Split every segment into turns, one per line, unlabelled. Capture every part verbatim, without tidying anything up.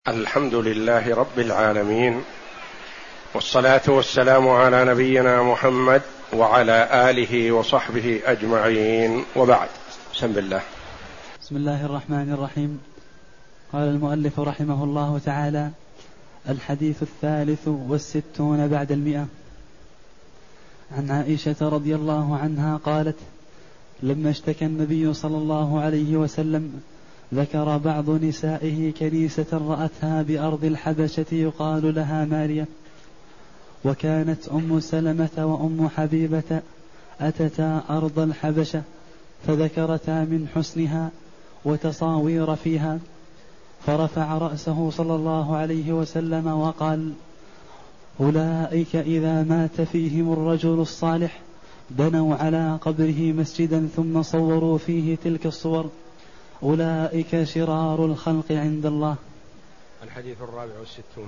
الحمد لله رب العالمين، والصلاة والسلام على نبينا محمد وعلى آله وصحبه أجمعين، وبعد. بسم الله.
بسم الله الرحمن الرحيم. قال المؤلف رحمه الله تعالى: الحديث الثالث والستون بعد المئة. عن عائشة رضي الله عنها قالت: لما اشتكى النبي صلى الله عليه وسلم ذكر بعض نسائه كنيسة رأتها بأرض الحبشة يقال لها ماريا، وكانت أم سلمة وأم حبيبة أتتا أرض الحبشة فذكرتا من حسنها وتصاوير فيها، فرفع رأسه صلى الله عليه وسلم وقال: أولئك إذا مات فيهم الرجل الصالح بنوا على قبره مسجدا ثم صوروا فيه تلك الصور، أولئك شرار الخلق عند الله.
الحديث الرابع والستون.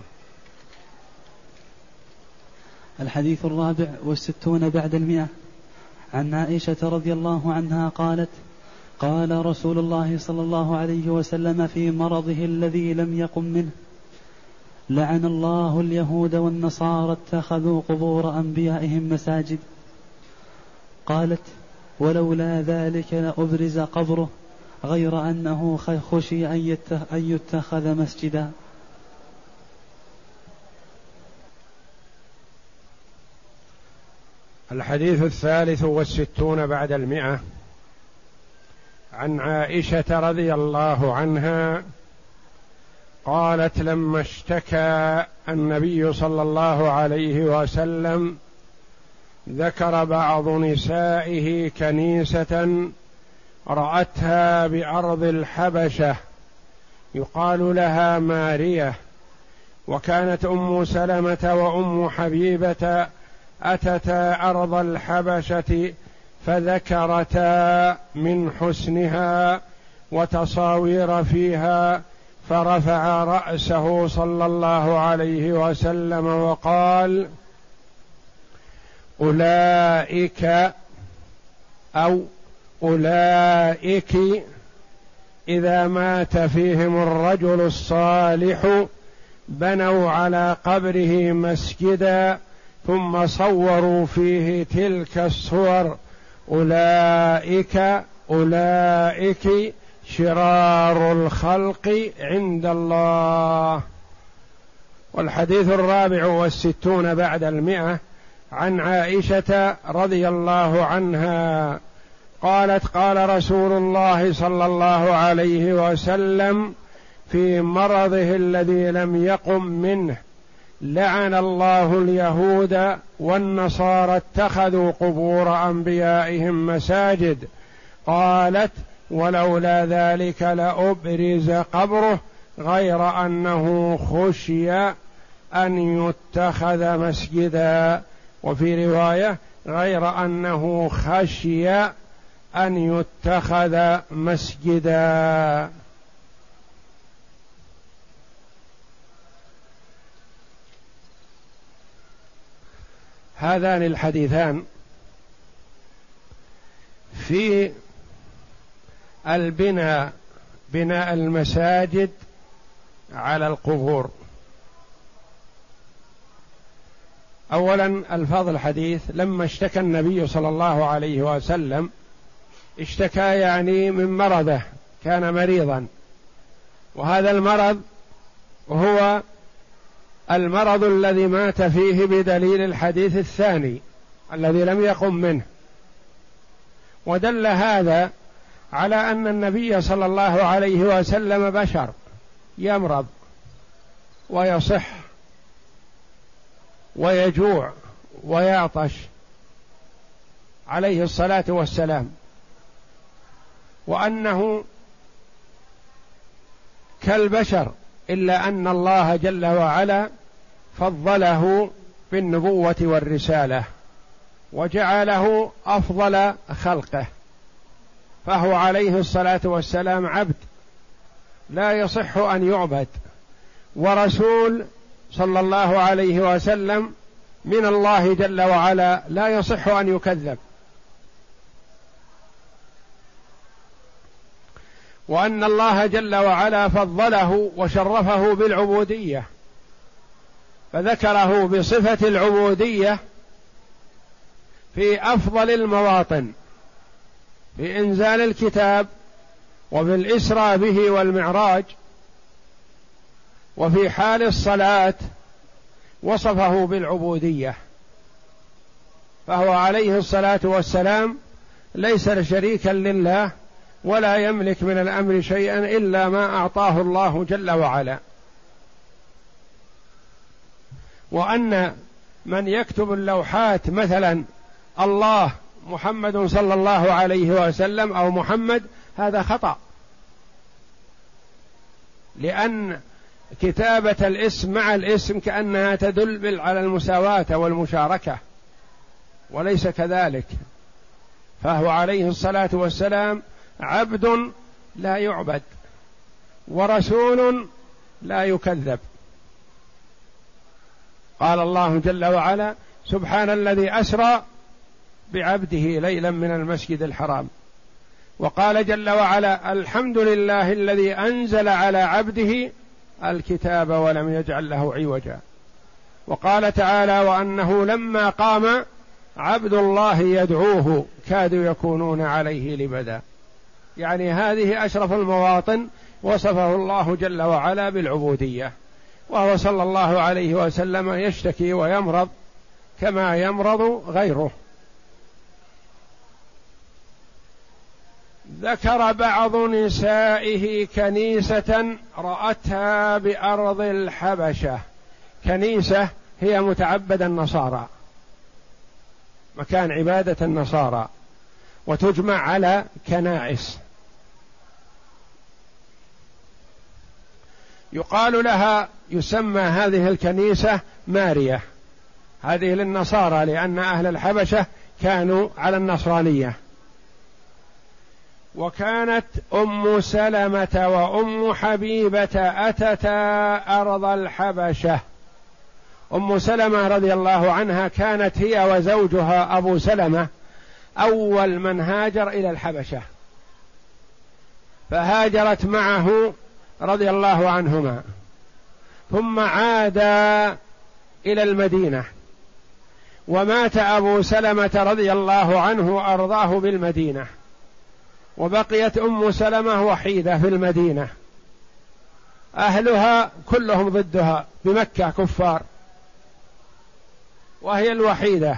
الحديث الرابع والستون بعد المئة. عن عائشة رضي الله عنها قالت: قال رسول الله صلى الله عليه وسلم في مرضه الذي لم يقم منه: لعن الله اليهود والنصارى اتخذوا قبور أنبيائهم مساجد. قالت: ولولا ذلك لأبرز قبره، غير أنه خشي أن يتخذ مسجدا.
الحديث الثالث والستون بعد المئة. عن عائشة رضي الله عنها قالت: لما اشتكى النبي صلى الله عليه وسلم ذكر بعض نسائه كنيسة رأتها بأرض الحبشة يقال لها مارية، وكانت أم سلمة وأم حبيبة أتتا أرض الحبشة فذكرتا من حسنها وتصاوير فيها، فرفع رأسه صلى الله عليه وسلم وقال: أولئك أو أولئك إذا مات فيهم الرجل الصالح بنوا على قبره مسجدا ثم صوروا فيه تلك الصور، أولئك أولئك شرار الخلق عند الله. والحديث الرابع والستون بعد المئة. عن عائشة رضي الله عنها قالت: قال رسول الله صلى الله عليه وسلم في مرضه الذي لم يقم منه: لعن الله اليهود والنصارى اتخذوا قبور أنبيائهم مساجد. قالت: ولولا ذلك لأبرز قبره، غير أنه خشي أن يتخذ مسجدا. وفي رواية: غير أنه خشي أن يتخذ مسجدا. هذان الحديثان في البناء بناء المساجد على القبور. أولا الفاظ الحديث: لما اشتكى النبي صلى الله عليه وسلم، اشتكى يعني من مرضه، كان مريضا، وهذا المرض هو المرض الذي مات فيه بدليل الحديث الثاني الذي لم يقم منه. ودل هذا على أن النبي صلى الله عليه وسلم بشر يمرض ويصح ويجوع ويعطش عليه الصلاة والسلام، وأنه كالبشر، إلا أن الله جل وعلا فضله بالنبوة والرسالة وجعله أفضل خلقه، فهو عليه الصلاة والسلام عبد لا يصح أن يعبد، ورسول صلى الله عليه وسلم من الله جل وعلا لا يصح أن يكذب. وأن الله جل وعلا فضله وشرفه بالعبودية، فذكره بصفة العبودية في أفضل المواطن، في إنزال الكتاب وفي الإسراء به والمعراج، وفي حال الصلاة وصفه بالعبودية. فهو عليه الصلاة والسلام ليس شريكا لله ولا يملك من الأمر شيئا إلا ما أعطاه الله جل وعلا. وأن من يكتب اللوحات مثلا الله محمد صلى الله عليه وسلم أو محمد، هذا خطأ، لأن كتابة الاسم مع الاسم كأنها تدل على المساواة والمشاركة، وليس كذلك. فهو عليه الصلاة والسلام عبد لا يعبد ورسول لا يكذب. قال الله جل وعلا: سبحان الذي أسرى بعبده ليلا من المسجد الحرام. وقال جل وعلا: الحمد لله الذي أنزل على عبده الكتاب ولم يجعل له عوجا. وقال تعالى: وأنه لما قام عبد الله يدعوه كادوا يكونون عليه لبدا. يعني هذه أشرف المواطن وصفه الله جل وعلا بالعبودية، وهو صلى الله عليه وسلم يشتكي ويمرض كما يمرض غيره. ذكر بعض نسائه كنيسة رأتها بأرض الحبشة. كنيسة هي متعبد النصارى، مكان عبادة النصارى، وتجمع على كنائس. يقال لها، يسمى هذه الكنيسة ماريا، هذه للنصارى، لأن أهل الحبشة كانوا على النصرانية. وكانت أم سلمة وأم حبيبة أتتا أرض الحبشة. أم سلمة رضي الله عنها كانت هي وزوجها أبو سلمة أول من هاجر إلى الحبشة، فهاجرت معه رضي الله عنهما، ثم عادا إلى المدينة، ومات أبو سلمة رضي الله عنه وأرضاه بالمدينة، وبقيت أم سلمة وحيدة في المدينة، أهلها كلهم ضدها بمكة كفار، وهي الوحيدة.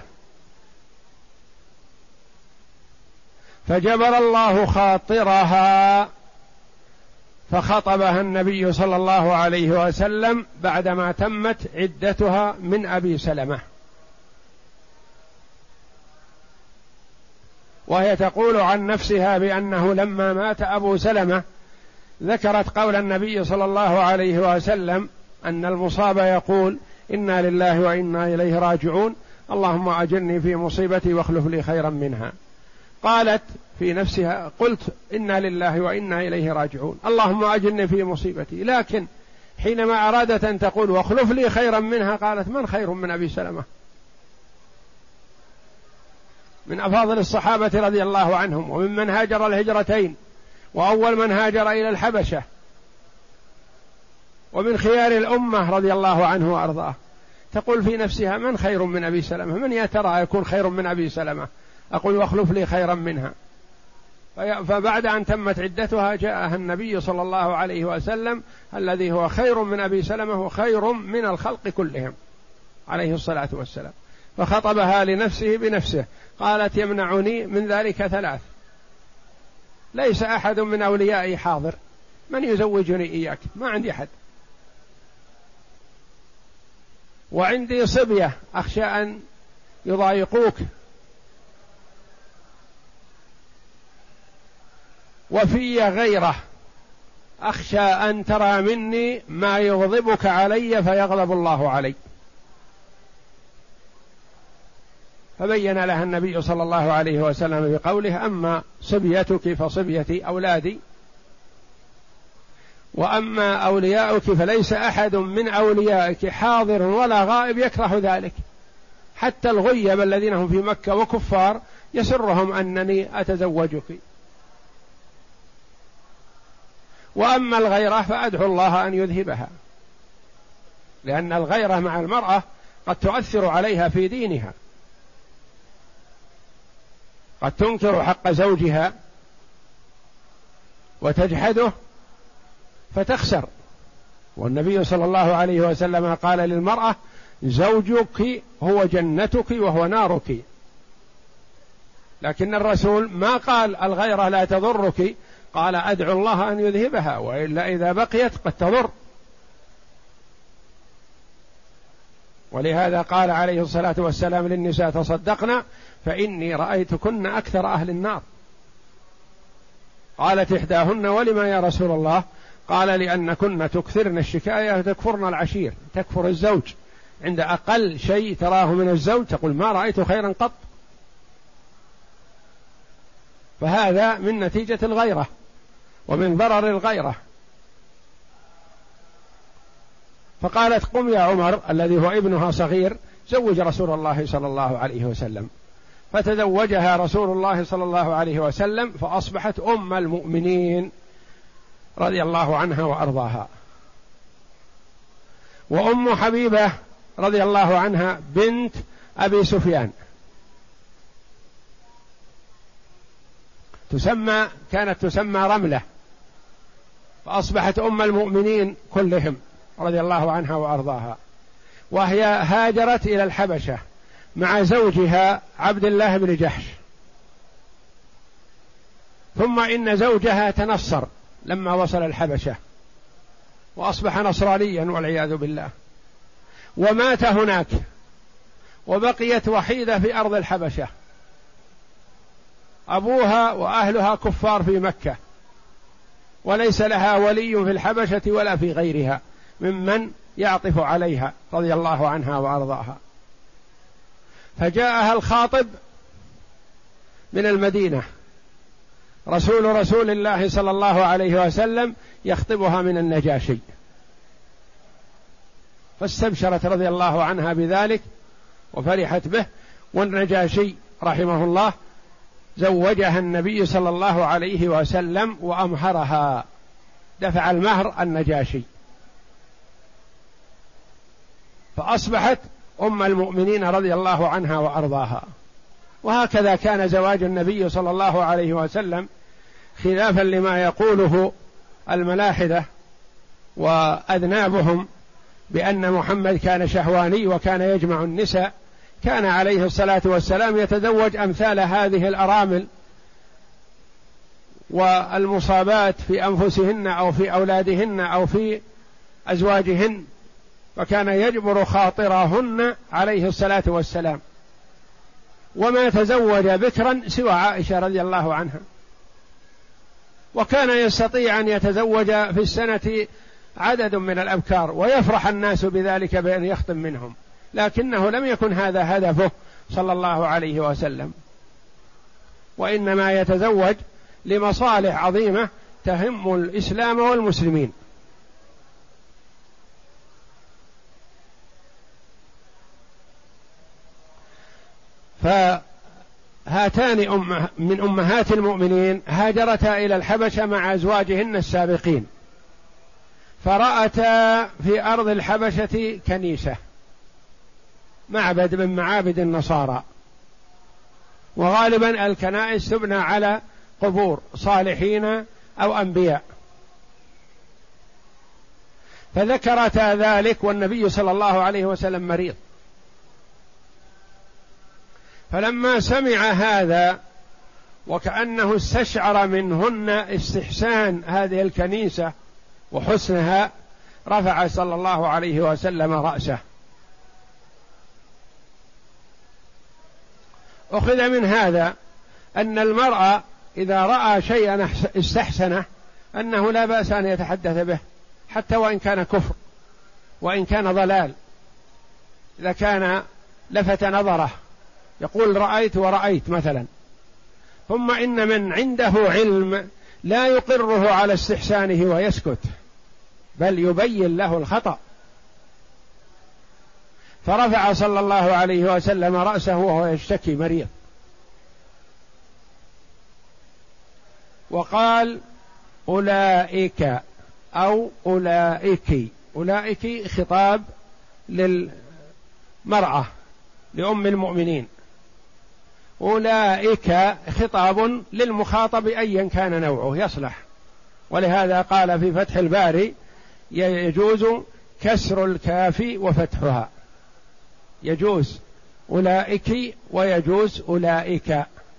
فجبر الله خاطرها فخطبها النبي صلى الله عليه وسلم بعدما تمت عدتها من أبي سلمة. وهي تقول عن نفسها بأنه لما مات أبو سلمة ذكرت قول النبي صلى الله عليه وسلم أن المصاب يقول: إنا لله وإنا إليه راجعون، اللهم أجرني في مصيبتي واخلف لي خيرا منها. قالت في نفسها: قلت إنا لله وإنا إليه راجعون، اللهم أجرني في مصيبتي، لكن حينما أرادت أن تقول واخلف لي خيرا منها قالت: من خير من أبي سلمة؟ من أفاضل الصحابة رضي الله عنهم، وممن هاجر الهجرتين، وأول من هاجر إلى الحبشة، ومن خيار الأمة رضي الله عنه وأرضاه. تقول في نفسها: من خير من أبي سلمة؟ من يا ترى يكون خير من أبي سلمة؟ أقول واخلف لي خيرا منها. فبعد أن تمت عدتها جاءها النبي صلى الله عليه وسلم الذي هو خير من أبي سلمة وخير من الخلق كلهم عليه الصلاة والسلام، فخطبها لنفسه بنفسه. قالت: يمنعني من ذلك ثلاث، ليس أحد من أوليائي حاضر، من يزوجني إياك؟ ما عندي أحد، وعندي صبية أخشى أن يضايقوك، وفي غيره أخشى أن ترى مني ما يغضبك علي فيغضب الله علي. فبين لها النبي صلى الله عليه وسلم بقوله: أما صبيتك فصبيتي أولادي، وأما أولياؤك فليس أحد من أوليائك حاضر ولا غائب يكره ذلك، حتى الغيب الذين هم في مكة وكفار يسرهم أنني أتزوجك. وأما الغيرة فأدعو الله أن يذهبها، لأن الغيرة مع المرأة قد تؤثر عليها في دينها، قد تنكر حق زوجها وتجحده فتخسر. والنبي صلى الله عليه وسلم قال للمرأة: زوجك هو جنتك وهو نارك. لكن الرسول ما قال الغيرة لا تضرك، قال أدعو الله أن يذهبها، وإلا إذا بقيت قد تضر. ولهذا قال عليه الصلاة والسلام للنساء: تصدقنا فإني رأيتكن أكثر أهل النار. قالت إحداهن: ولما يا رسول الله؟ قال: لأنكن تكثرن الشكاية وتكفرن العشير، تكفر الزوج، عند أقل شيء تراه من الزوج تقول ما رأيت خيرا قط. فهذا من نتيجة الغيرة ومن ضرر الغيرة. فقالت: قم يا عمر الذي هو ابنها صغير، زوج رسول الله صلى الله عليه وسلم. فتزوجها رسول الله صلى الله عليه وسلم، فأصبحت أم المؤمنين رضي الله عنها وأرضاها. وأم حبيبة رضي الله عنها بنت أبي سفيان تسمى كانت تسمى رملة، فأصبحت أم المؤمنين كلهم رضي الله عنها وأرضاها. وهي هاجرت إلى الحبشة مع زوجها عبد الله بن جحش، ثم إن زوجها تنصر لما وصل الحبشة وأصبح نصرانيا والعياذ بالله، ومات هناك، وبقيت وحيدة في أرض الحبشة، أبوها وأهلها كفار في مكة، وليس لها ولي في الحبشة ولا في غيرها ممن يعطف عليها رضي الله عنها وأرضاها. فجاءها الخاطب من المدينة، رسول رسول الله صلى الله عليه وسلم، يخطبها من النجاشي، فاستبشرت رضي الله عنها بذلك وفرحت به. والنجاشي رحمه الله زوجها النبي صلى الله عليه وسلم وأمهرها، دفع المهر النجاشي، فأصبحت أم المؤمنين رضي الله عنها وأرضاها. وهكذا كان زواج النبي صلى الله عليه وسلم، خلافا لما يقوله الملاحدة وأذنابهم بأن محمد كان شهواني وكان يجمع النساء. كان عليه الصلاة والسلام يتزوج أمثال هذه الأرامل والمصابات في أنفسهن أو في أولادهن أو في أزواجهن، فكان يجبر خاطرهن عليه الصلاة والسلام. وما تزوج بكرا سوى عائشة رضي الله عنها، وكان يستطيع أن يتزوج في السنة عدد من الأبكار ويفرح الناس بذلك بأن يخطب منهم، لكنه لم يكن هذا هدفه صلى الله عليه وسلم، وإنما يتزوج لمصالح عظيمة تهم الإسلام والمسلمين. فهاتان أم من أمهات المؤمنين هاجرتا إلى الحبشة مع أزواجهن السابقين، فرأتا في أرض الحبشة كنيسة، معبد من معابد النصارى، وغالبا الكنائس تبنى على قبور صالحين أو أنبياء، فذكرتا ذلك والنبي صلى الله عليه وسلم مريض. فلما سمع هذا وكأنه استشعر منهن استحسان هذه الكنيسة وحسنها، رفع صلى الله عليه وسلم رأسه. أخذ من هذا أن المرأة إذا رأى شيئا استحسنه أنه لا بأس أن يتحدث به، حتى وإن كان كفر وإن كان ضلال، إذا كان لفت نظره يقول رأيت ورأيت مثلا. ثم إن من عنده علم لا يقره على استحسانه ويسكت، بل يبين له الخطأ. فرفع صلى الله عليه وسلم رأسه وهو يشتكي مريض، وقال: أولئك أو أولئك. أولئك خطاب للمرأة لأم المؤمنين، أولئك خطاب للمخاطب أيا كان نوعه يصلح. ولهذا قال في فتح الباري يجوز كسر الكاف وفتحها، يجوز أولئك ويجوز أولئك.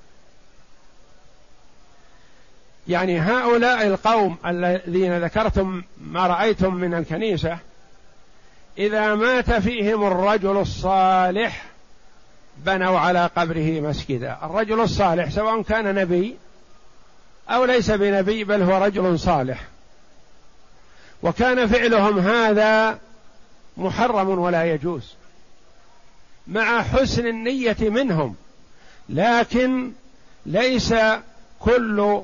يعني هؤلاء القوم الذين ذكرتم ما رأيتم من الكنيسة إذا مات فيهم الرجل الصالح بنوا على قبره مسجدا. الرجل الصالح سواء كان نبي أو ليس بنبي بل هو رجل صالح، وكان فعلهم هذا محرم ولا يجوز مع حسن النية منهم، لكن ليس كل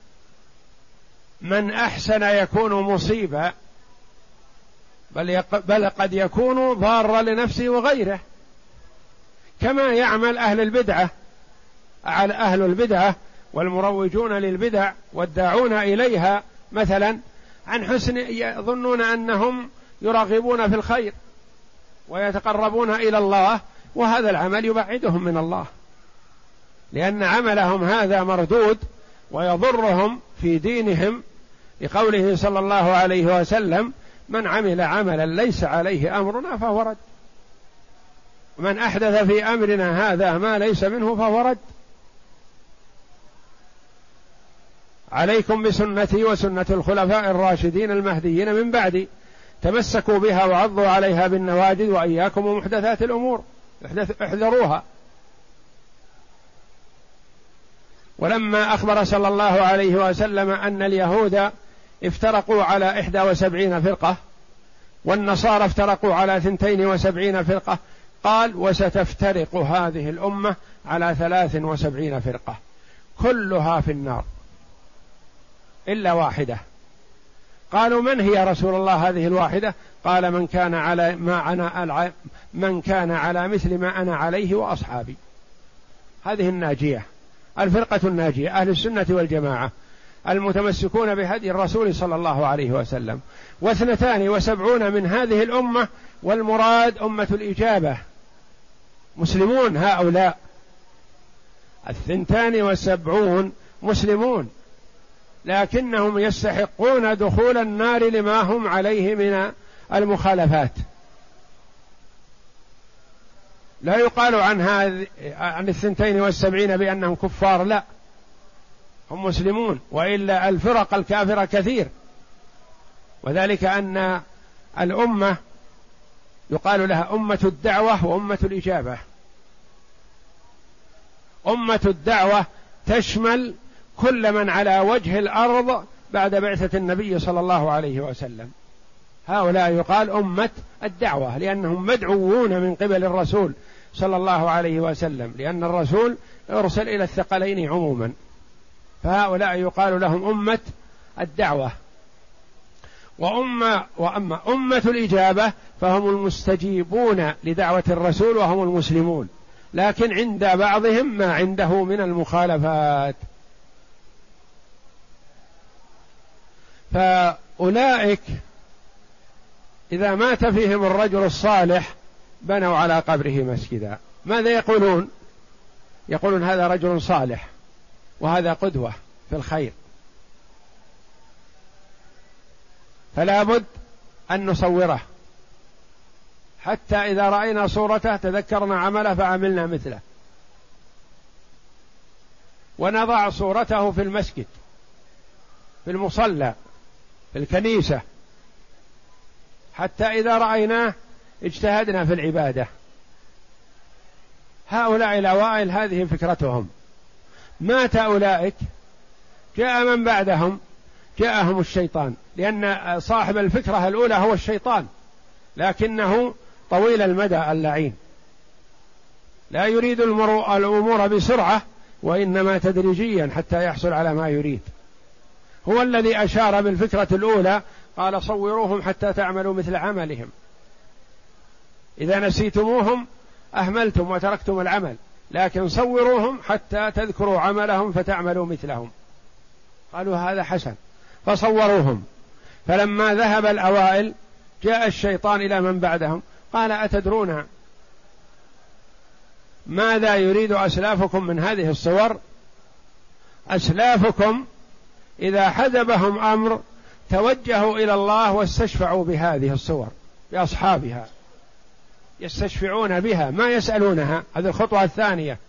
من أحسن يكون مصيبة، بل, بل قد يكون ضارا لنفسه وغيره، كما يعمل أهل البدعة. أهل البدعة والمروجون للبدع والداعون إليها مثلا عن حسن يظنون أنهم يرغبون في الخير ويتقربون إلى الله، وهذا العمل يبعدهم من الله، لأن عملهم هذا مردود ويضرهم في دينهم، لقوله صلى الله عليه وسلم: من عمل عملا ليس عليه أمرنا فهو رد، ومن أحدث في أمرنا هذا ما ليس منه فهو رد. عليكم بسنتي وسنة الخلفاء الراشدين المهديين من بعدي، تمسكوا بها وعضوا عليها بالنواجذ، وإياكم ومحدثات الأمور، احذروها. ولما أخبر صلى الله عليه وسلم أن اليهود افترقوا على إحدى وسبعين فرقة والنصارى افترقوا على ثنتين وسبعين فرقة، قال: وستفترق هذه الأمة على ثلاث وسبعين فرقة كلها في النار إلا واحدة. قالوا: من هي رسول الله هذه الواحدة؟ قال: من كان على ما أنا من كان على مثل ما أنا عليه وأصحابي. هذه الناجية، الفرقة الناجية، أهل السنة والجماعة المتمسكون بهدي الرسول صلى الله عليه وسلم. واثنتان وسبعون من هذه الأمة، والمراد أمة الإجابة، مسلمون هؤلاء. الثنتان والسبعون مسلمون، لكنهم يستحقون دخول النار لما هم عليه من المخالفات. لا يقال عن هذه عن الثنتين والسبعين بأنهم كفار، لا، هم مسلمون، وإلا الفرق الكافرة كثير. وذلك أن الأمة يقال لها أمة الدعوة وأمة الإجابة. أمة الدعوة تشمل كل من على وجه الأرض بعد بعثة النبي صلى الله عليه وسلم، هؤلاء يقال أمة الدعوة، لأنهم مدعوون من قبل الرسول صلى الله عليه وسلم، لأن الرسول أرسل إلى الثقلين عموما، فهؤلاء يقال لهم أمة الدعوة. وأمة وأما أمة الإجابة فهم المستجيبون لدعوة الرسول وهم المسلمون، لكن عند بعضهم ما عنده من المخالفات. فأولئك إذا مات فيهم الرجل الصالح بنوا على قبره مسجدا. ماذا يقولون؟ يقولون هذا رجل صالح وهذا قدوة في الخير، فلا بد أن نصوره حتى إذا رأينا صورته تذكرنا عمله فعملنا مثله، ونضع صورته في المسجد، في المصلى، في الكنيسة، حتى إذا رأيناه اجتهدنا في العبادة. هؤلاء الأوائل هذه فكرتهم. مات أولئك، جاء من بعدهم جاءهم الشيطان، لأن صاحب الفكرة الأولى هو الشيطان، لكنه طويل المدى اللعين، لا يريد الأمور بسرعة وإنما تدريجيا حتى يحصل على ما يريد. هو الذي أشار بالفكرة الأولى، قال: صوروهم حتى تعملوا مثل عملهم، إذا نسيتموهم أهملتم وتركتم العمل، لكن صوروهم حتى تذكروا عملهم فتعملوا مثلهم. قالوا هذا حسن، فصوروهم. فلما ذهب الأوائل جاء الشيطان إلى من بعدهم قال أتدرون ماذا يريد أسلافكم من هذه الصور؟ أسلافكم إذا حزبهم أمر توجهوا إلى الله واستشفعوا بهذه الصور بأصحابها، يستشفعون بها ما يسألونها، هذه الخطوة الثانية،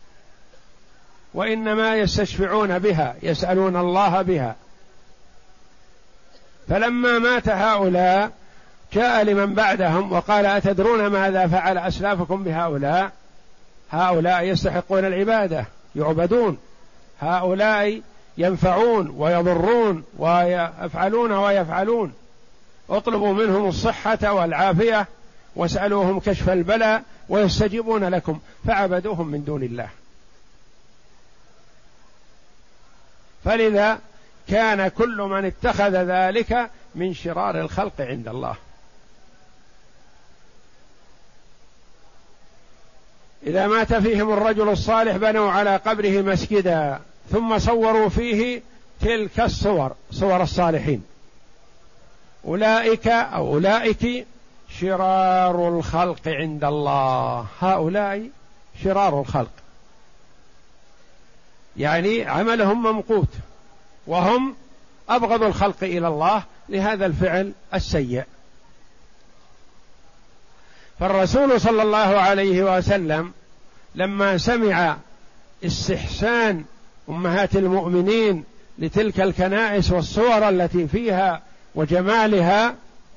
وإنما يستشفعون بها، يسألون الله بها. فلما مات هؤلاء جاء لمن بعدهم وقال أتدرون ماذا فعل أسلافكم بهؤلاء؟ هؤلاء يستحقون العبادة، يعبدون، هؤلاء ينفعون ويضرون ويفعلون ويفعلون، اطلبوا منهم الصحة والعافية واسألوهم كشف البلاء ويستجيبون لكم، فعبدوهم من دون الله. فلذا كان كل من اتخذ ذلك من شرار الخلق عند الله. إذا مات فيهم الرجل الصالح بنوا على قبره مسجدا ثم صوروا فيه تلك الصور، صور الصالحين، أولئك أو أولئك شرار الخلق عند الله. هؤلاء شرار الخلق، يعني عملهم ممقوت، وهم أبغض الخلق إلى الله لهذا الفعل السيء. فالرسول صلى الله عليه وسلم لما سمع استحسان أمهات المؤمنين لتلك الكنائس والصور التي فيها وجمالها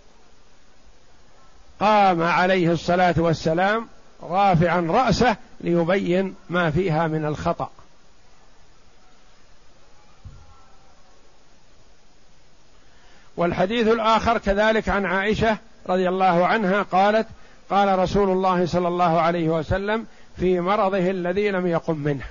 قام عليه الصلاة والسلام رافعا رأسه ليبين ما فيها من الخطأ. والحديث الآخر كذلك عن عائشة رضي الله عنها قالت قال رسول الله صلى الله عليه وسلم في مرضه الذي لم يقم منه.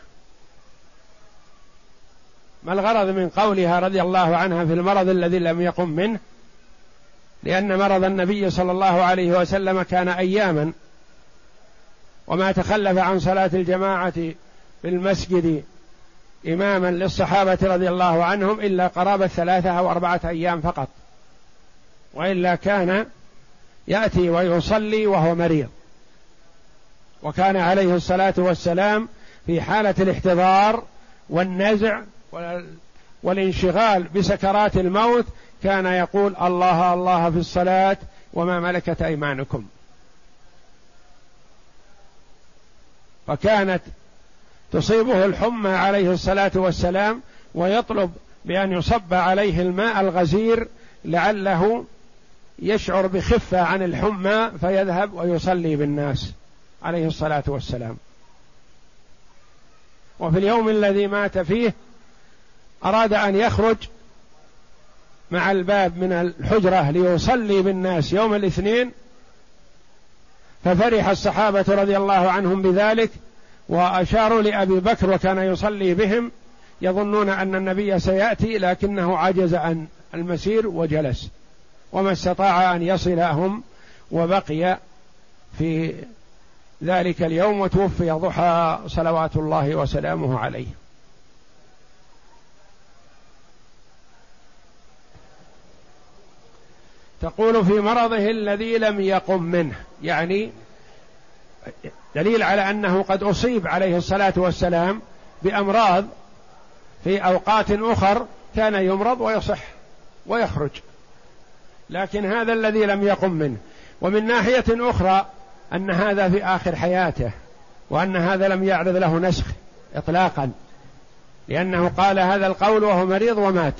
ما الغرض من قولها رضي الله عنها في المرض الذي لم يقم منه؟ لأن مرض النبي صلى الله عليه وسلم كان أياما، وما تخلف عن صلاة الجماعة في المسجد إماما للصحابة رضي الله عنهم إلا قرابة ثلاثة أو أربعة أيام فقط، وإلا كان يأتي ويصلي وهو مريض. وكان عليه الصلاة والسلام في حالة الاحتضار والنزع والانشغال بسكرات الموت كان يقول الله الله في الصلاة وما ملكت أيمانكم. فكانت تصيبه الحمى عليه الصلاة والسلام ويطلب بأن يصب عليه الماء الغزير لعله يشعر بخفة عن الحمى فيذهب ويصلي بالناس عليه الصلاة والسلام. وفي اليوم الذي مات فيه أراد أن يخرج مع الباب من الحجرة ليصلي بالناس يوم الاثنين، ففرح الصحابة رضي الله عنهم بذلك وأشاروا لأبي بكر وكان يصلي بهم يظنون أن النبي سيأتي، لكنه عجز عن المسير وجلس وما استطاع أن يصلهم، وبقي في ذلك اليوم وتوفي ضحى صلوات الله وسلامه عليه. تقول في مرضه الذي لم يقم منه، يعني دليل على أنه قد أصيب عليه الصلاة والسلام بأمراض في أوقات أخر كان يمرض ويصح ويخرج، لكن هذا الذي لم يقم منه. ومن ناحية أخرى أن هذا في آخر حياته، وأن هذا لم يعرض له نسخ إطلاقا، لأنه قال هذا القول وهو مريض ومات.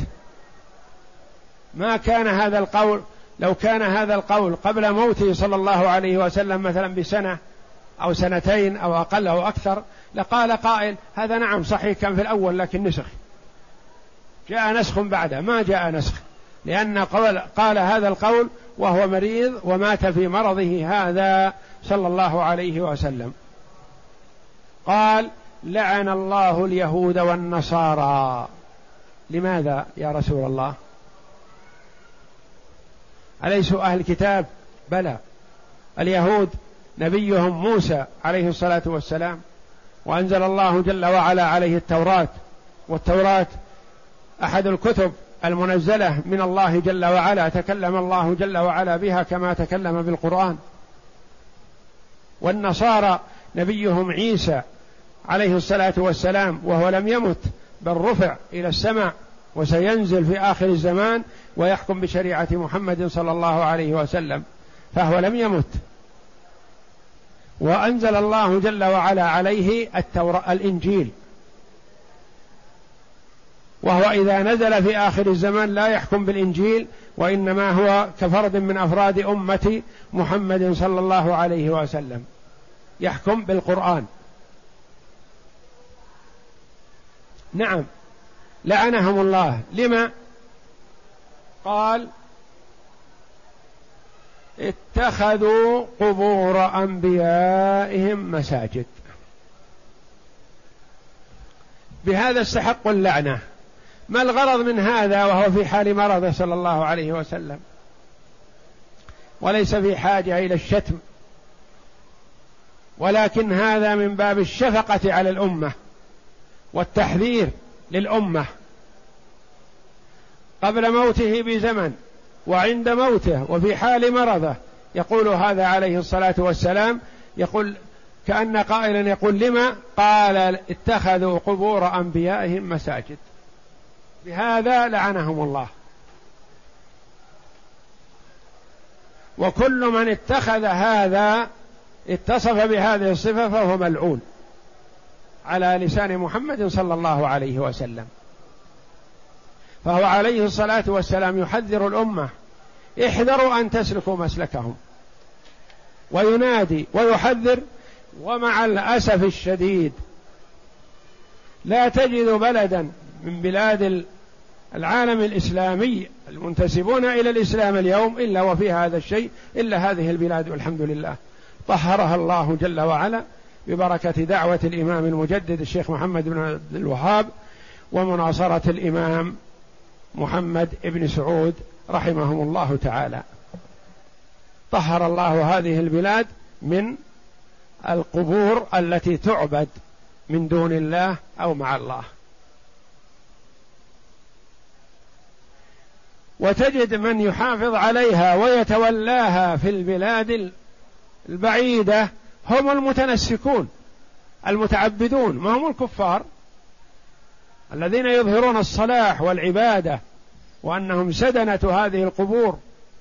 ما كان هذا القول، لو كان هذا القول قبل موته صلى الله عليه وسلم مثلا بسنة أو سنتين أو أقل أو أكثر لقال قائل هذا نعم صحيح كان في الأول لكن نسخ، جاء نسخ بعده. ما جاء نسخ، لأن قال, قال هذا القول وهو مريض ومات في مرضه هذا صلى الله عليه وسلم. قال لعن الله اليهود والنصارى. لماذا يا رسول الله؟ أليسوا أهل الكتاب؟ بلى، اليهود نبيهم موسى عليه الصلاة والسلام، وأنزل الله جل وعلا عليه التوراة، والتوراة أحد الكتب المنزلة من الله جل وعلا تكلم الله جل وعلا بها كما تكلم بالقرآن. والنصارى نبيهم عيسى عليه الصلاة والسلام وهو لم يمت بل رفع إلى السماء، وسينزل في آخر الزمان ويحكم بشريعة محمد صلى الله عليه وسلم، فهو لم يمت. وأنزل الله جل وعلا عليه التوراة الإنجيل، وهو إذا نزل في آخر الزمان لا يحكم بالإنجيل، وإنما هو كفرد من أفراد أمة محمد صلى الله عليه وسلم، يحكم بالقرآن. نعم، لعنهم الله. لما؟ قال اتخذوا قبور أنبيائهم مساجد. بهذا استحقوا اللعنة. ما الغرض من هذا وهو في حال مرضه صلى الله عليه وسلم، وليس في حاجة إلى الشتم، ولكن هذا من باب الشفقة على الأمة والتحذير للأمة قبل موته بزمن وعند موته وفي حال مرضه. يقول هذا عليه الصلاة والسلام، يقول كأن قائلا يقول لما؟ قال اتخذوا قبور أنبيائهم مساجد. بهذا لعنهم الله. وكل من اتخذ هذا اتصف بهذه الصفة فهو ملعون على لسان محمد صلى الله عليه وسلم. فهو عليه الصلاة والسلام يحذر الأمة احذروا أن تسلكوا مسلكهم، وينادي ويحذر. ومع الأسف الشديد لا تجد بلدا من بلاد العالم الإسلامي المنتسبون إلى الإسلام اليوم إلا وفي هذا الشيء، إلا هذه البلاد، والحمد لله طهرها الله جل وعلا ببركة دعوة الإمام المجدد الشيخ محمد بن عبد الوهاب ومناصرة الإمام محمد بن سعود رحمهم الله تعالى. طهر الله هذه البلاد من القبور التي تعبد من دون الله أو مع الله. وتجد من يحافظ عليها ويتولاها في البلاد البعيدة هم المتنسكون المتعبدون، ما هم الكفار الذين يظهرون الصلاح والعبادة وأنهم سدنة هذه القبور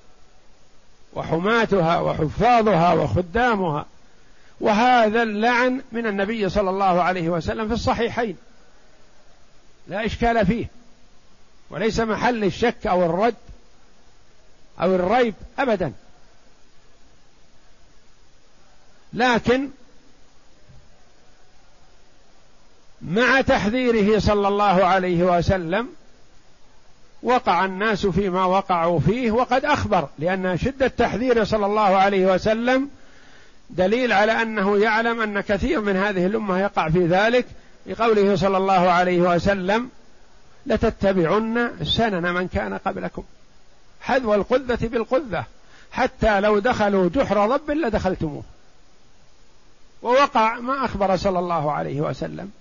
وحماتها وحفاظها وخدامها. وهذا اللعن من النبي صلى الله عليه وسلم في الصحيحين لا إشكال فيه، وليس محل الشك أو الرد أو الريب أبدا. لكن مع تحذيره صلى الله عليه وسلم وقع الناس فيما وقعوا فيه، وقد أخبر، لأن شدة تحذيره صلى الله عليه وسلم دليل على أنه يعلم أن كثير من هذه الأمة يقع في ذلك، لقوله صلى الله عليه وسلم لتتبعن سنن من كان قبلكم حذو القذة بالقذة حتى لو دخلوا جحر ضب لدخلتموه. ووقع ما أخبر صلى الله عليه وسلم.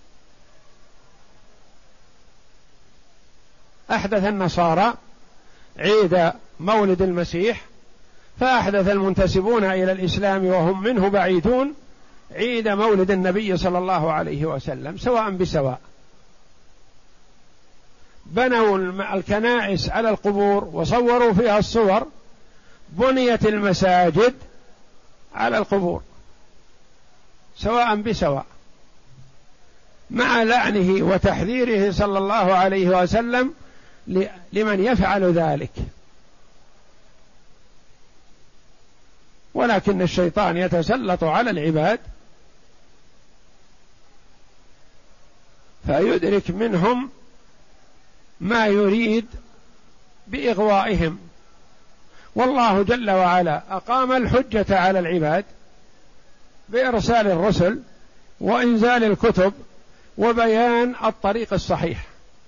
أحدث النصارى عيد مولد المسيح، فأحدث المنتسبون إلى الإسلام وهم منه بعيدون عيد مولد النبي صلى الله عليه وسلم سواء بسواء. بنوا الكنائس على القبور وصوروا فيها الصور، بنيت المساجد على القبور سواء بسواء، مع لعنه وتحذيره صلى الله عليه وسلم لمن يفعل ذلك. ولكن الشيطان يتسلط على العباد فيدرك منهم ما يريد بإغوائهم. والله جل وعلا أقام الحجة على العباد بإرسال الرسل وإنزال الكتب وبيان الطريق الصحيح،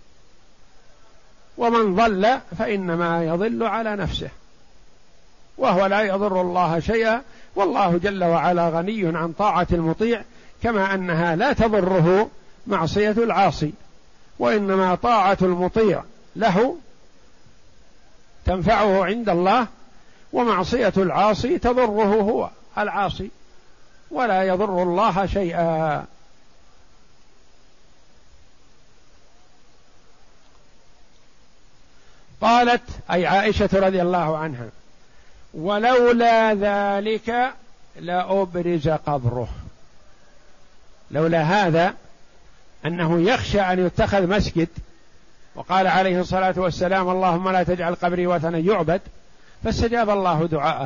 ومن ضل فإنما يضل على نفسه وهو لا يضر الله شيئا، والله جل وعلا غني عن طاعة المطيع، كما أنها لا تضره معصية العاصي، وإنما طاعة المطيع له تنفعه عند الله، ومعصية العاصي تضره هو العاصي ولا يضر الله شيئا. قالت أي عائشة رضي الله عنها: ولولا ذلك لأبرز قبره. لولا هذا أنه يخشى أن يتخذ مسجد، وقال عليه الصلاة والسلام: اللهم لا تجعل قبري وثنا يعبد، فاستجاب الله دعاءه،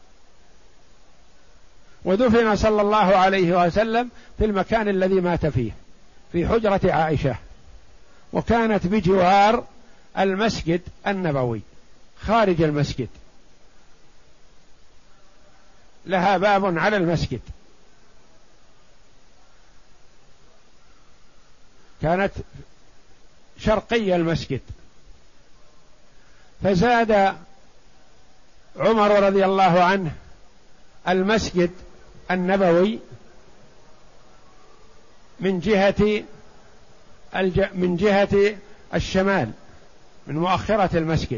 ودفن صلى الله عليه وسلم في المكان الذي مات فيه، في حجرة عائشة، وكانت بجوار المسجد النبوي خارج المسجد، لها باب على المسجد، كانت شرقي المسجد. فزاد عمر رضي الله عنه المسجد النبوي من جهة الج... من جهة الشمال من مؤخرة المسجد،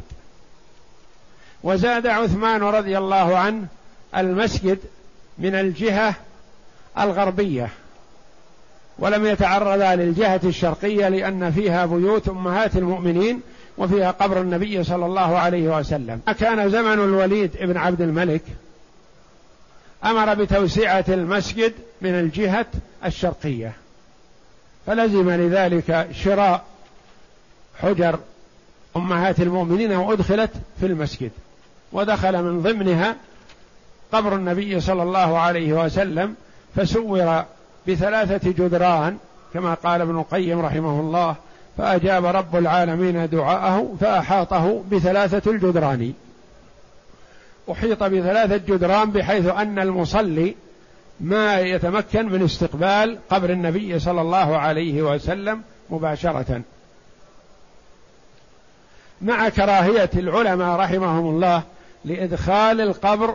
وزاد عثمان رضي الله عنه المسجد من الجهة الغربية، ولم يتعرضا للجهة الشرقية لأن فيها بيوت أمهات المؤمنين وفيها قبر النبي صلى الله عليه وسلم. كان زمن الوليد بن عبد الملك أمر بتوسعة المسجد من الجهة الشرقية، فلزم لذلك شراء حجر أمهات المؤمنين وأدخلت في المسجد، ودخل من ضمنها قبر النبي صلى الله عليه وسلم، فسور بثلاثة جدران كما قال ابن القيم رحمه الله: فأجاب رب العالمين دعاءه فأحاطه بثلاثة الجدران. أحيط بثلاثة جدران بحيث أن المصلي ما يتمكن من استقبال قبر النبي صلى الله عليه وسلم مباشرة، مع كراهية العلماء رحمهم الله لإدخال القبر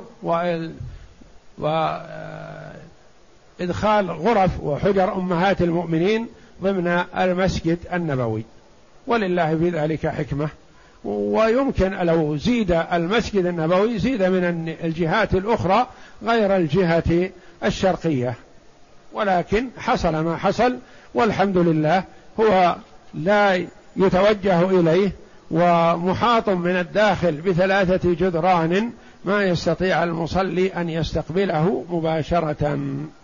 وإدخال غرف وحجر أمهات المؤمنين ضمن المسجد النبوي، ولله في ذلك حكمة. ويمكن لو زيد المسجد النبوي زيد من الجهات الأخرى غير الجهة الشرقية، ولكن حصل ما حصل والحمد لله، هو لا يتوجه إليه ومحاط من الداخل بثلاثة جدران ما يستطيع المصلي أن يستقبله مباشرة.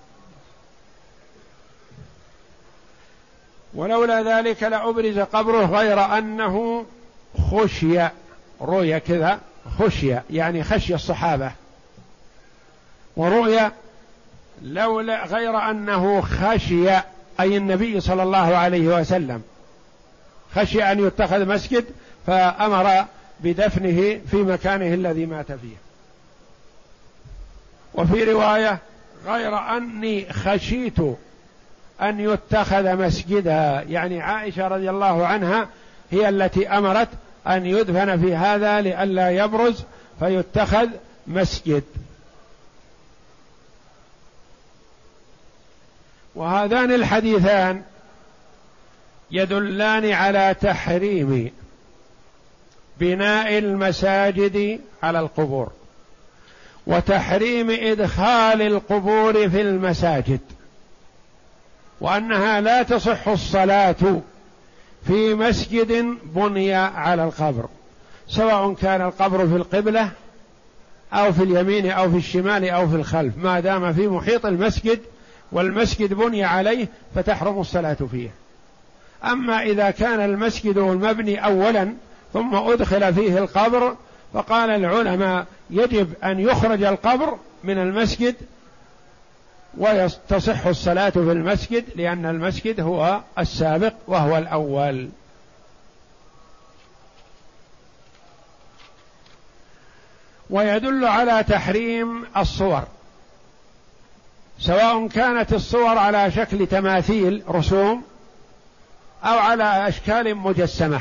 ولولا ذلك لأبرز قبره غير أنه خشي، رؤيا كذا خشي يعني خشي الصحابة، ورؤيا لولا غير أنه خشي أي النبي صلى الله عليه وسلم خشي أن يتخذ مسجد فأمر بدفنه في مكانه الذي مات فيه. وفي رواية غير أني خشيت أن يتخذ مسجدا، يعني عائشة رضي الله عنها هي التي أمرت أن يدفن في هذا لئلا يبرز فيتخذ مسجد. وهذان الحديثان يدلان على تحريم بناء المساجد على القبور، وتحريم إدخال القبور في المساجد، وأنها لا تصح الصلاة في مسجد بني على القبر، سواء كان القبر في القبلة أو في اليمين أو في الشمال أو في الخلف، ما دام في محيط المسجد والمسجد بني عليه فتحرم الصلاة فيه. أما إذا كان المسجد المبني أولا ثم أدخل فيه القبر، فقال العلماء يجب أن يخرج القبر من المسجد وتصح الصلاة في المسجد، لأن المسجد هو السابق وهو الأول. ويدل على تحريم الصور، سواء كانت الصور على شكل تماثيل رسوم أو على أشكال مجسمة،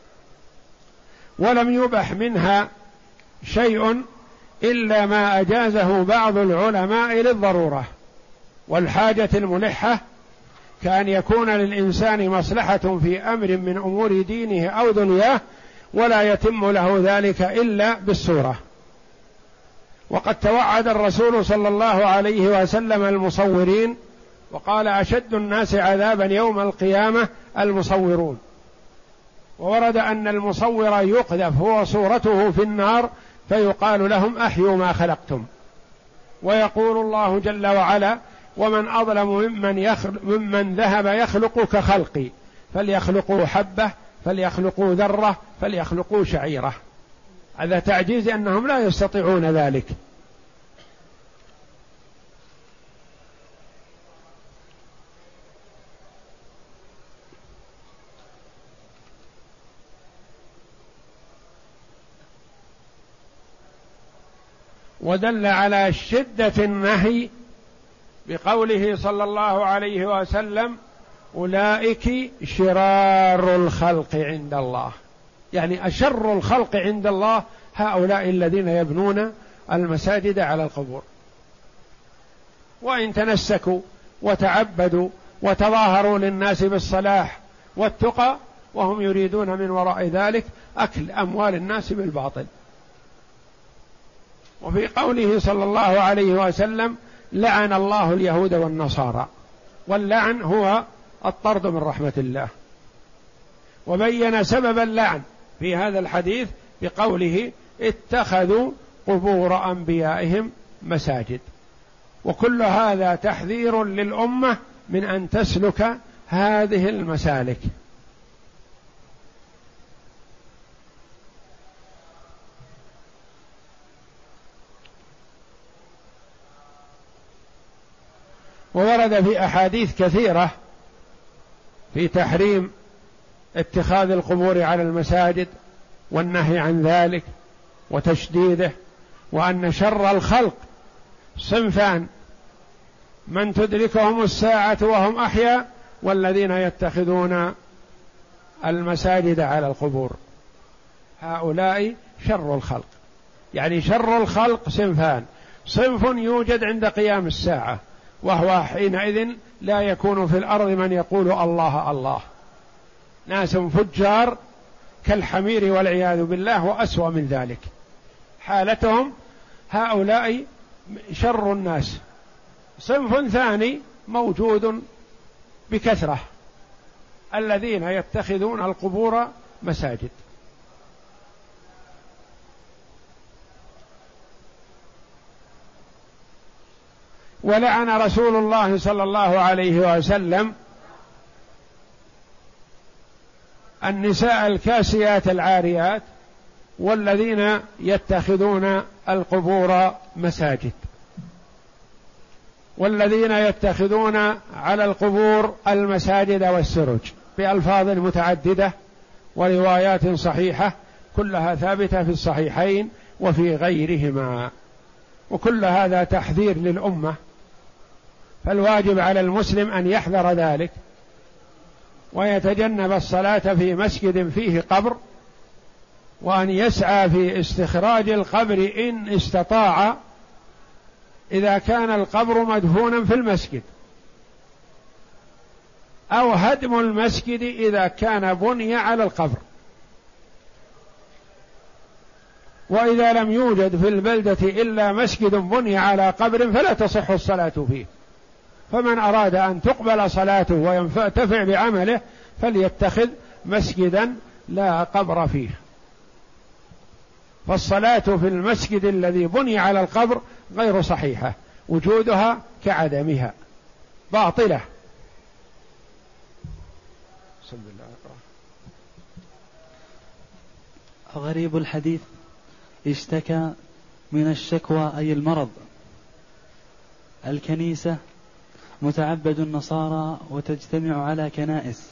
ولم يبح منها شيء إلا ما أجازه بعض العلماء للضرورة والحاجة الملحة، كأن يكون للإنسان مصلحة في أمر من أمور دينه أو دنياه ولا يتم له ذلك إلا بالصورة. وقد توعد الرسول صلى الله عليه وسلم المصورين وقال: أشد الناس عذابا يوم القيامة المصورون. وورد أن المصور يقذف هو صورته في النار فيقال لهم: أحيوا ما خلقتم. ويقول الله جل وعلا: ومن أظلم ممن, يخلق ممن ذهب يخلق كخلقي، فليخلقوا حبة، فليخلقوا ذرة، فليخلقوا شعيرة. هذا تعجيز أنهم لا يستطيعون ذلك. ودل على شدة النهي بقوله صلى الله عليه وسلم: أولئك شرار الخلق عند الله، يعني أشر الخلق عند الله هؤلاء الذين يبنون المساجد على القبور، وإن تنسكوا وتعبدوا وتظاهروا للناس بالصلاح والتقى وهم يريدون من وراء ذلك أكل أموال الناس بالباطل. وفي قوله صلى الله عليه وسلم: لعن الله اليهود والنصارى، واللعن هو الطرد من رحمة الله. وبين سبب اللعن في هذا الحديث بقوله: اتخذوا قبور أنبيائهم مساجد. وكل هذا تحذير للأمة من أن تسلك هذه المسالك. وورد في أحاديث كثيرة في تحريم اتخاذ القبور على المساجد والنهي عن ذلك وتشديده، وأن شر الخلق صنفان: من تدركهم الساعة وهم أحياء، والذين يتخذون المساجد على القبور. هؤلاء شر الخلق، يعني شر الخلق صنفان: صنف يوجد عند قيام الساعة، وهو حينئذ لا يكون في الأرض من يقول الله الله، ناس فجار كالحمير والعياذ بالله وأسوأ من ذلك حالتهم، هؤلاء شر الناس. صنف ثاني موجود بكثرة: الذين يتخذون القبور مساجد. ولعن رسول الله صلى الله عليه وسلم النساء الكاسيات العاريات والذين يتخذون القبور مساجد، والذين يتخذون على القبور المساجد والسرج، بألفاظ متعددة وروايات صحيحة كلها ثابتة في الصحيحين وفي غيرهما. وكل هذا تحذير للأمة، فالواجب على المسلم أن يحذر ذلك ويتجنب الصلاة في مسجد فيه قبر، وأن يسعى في استخراج القبر إن استطاع إذا كان القبر مدفونا في المسجد، أو هدم المسجد إذا كان بني على القبر. وإذا لم يوجد في البلدة إلا مسجد بني على قبر فلا تصح الصلاة فيه، فمن أراد أن تقبل صلاته وينتفع بعمله فليتخذ مسجدا لا قبر فيه. فالصلاة في المسجد الذي بني على القبر غير صحيحة، وجودها كعدمها باطلة. بسم الله.
غريب الحديث: اشتكى من الشكوى أي المرض الكنيسة متعبد النصارى وتجتمع على كنائس.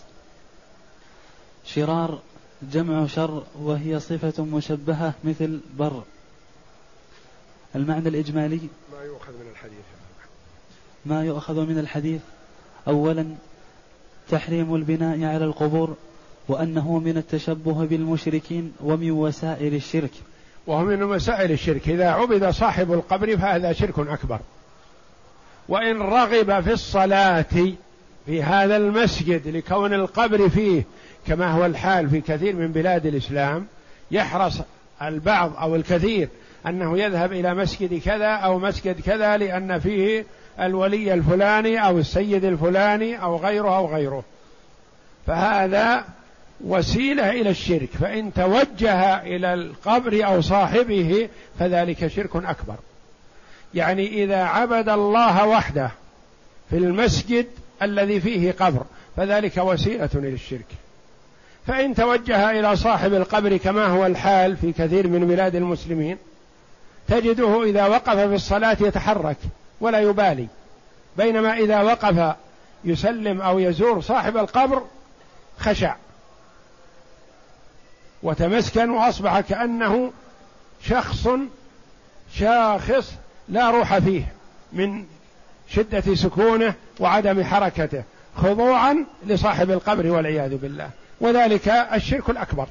شرار جمع شر، وهي صفة مشبهة مثل بر. المعنى الإجمالي:
ما يؤخذ من الحديث
ما يؤخذ من الحديث أولا تحريم البناء على القبور، وأنه من التشبه بالمشركين ومن وسائل الشرك.
وهو من وسائل الشرك، إذا عبد صاحب القبر فهذا شرك أكبر. وإن رغب في الصلاة في هذا المسجد لكون القبر فيه كما هو الحال في كثير من بلاد الإسلام، يحرص البعض أو الكثير أنه يذهب إلى مسجد كذا أو مسجد كذا لأن فيه الولي الفلاني أو السيد الفلاني أو غيره أو غيره، فهذا وسيلة إلى الشرك. فإن توجه إلى القبر أو صاحبه فذلك شرك أكبر. يعني إذا عبد الله وحده في المسجد الذي فيه قبر فذلك وسيلة إلى الشرك. فإن توجه إلى صاحب القبر كما هو الحال في كثير من بلاد المسلمين تجده إذا وقف في الصلاة يتحرك ولا يبالي، بينما إذا وقف يسلم أو يزور صاحب القبر خشع وتمسكن وأصبح كأنه شخص شاخص لا روح فيه من شدة سكونه وعدم حركته، خضوعا لصاحب القبر والعياذ بالله، وذلك الشرك الأكبر.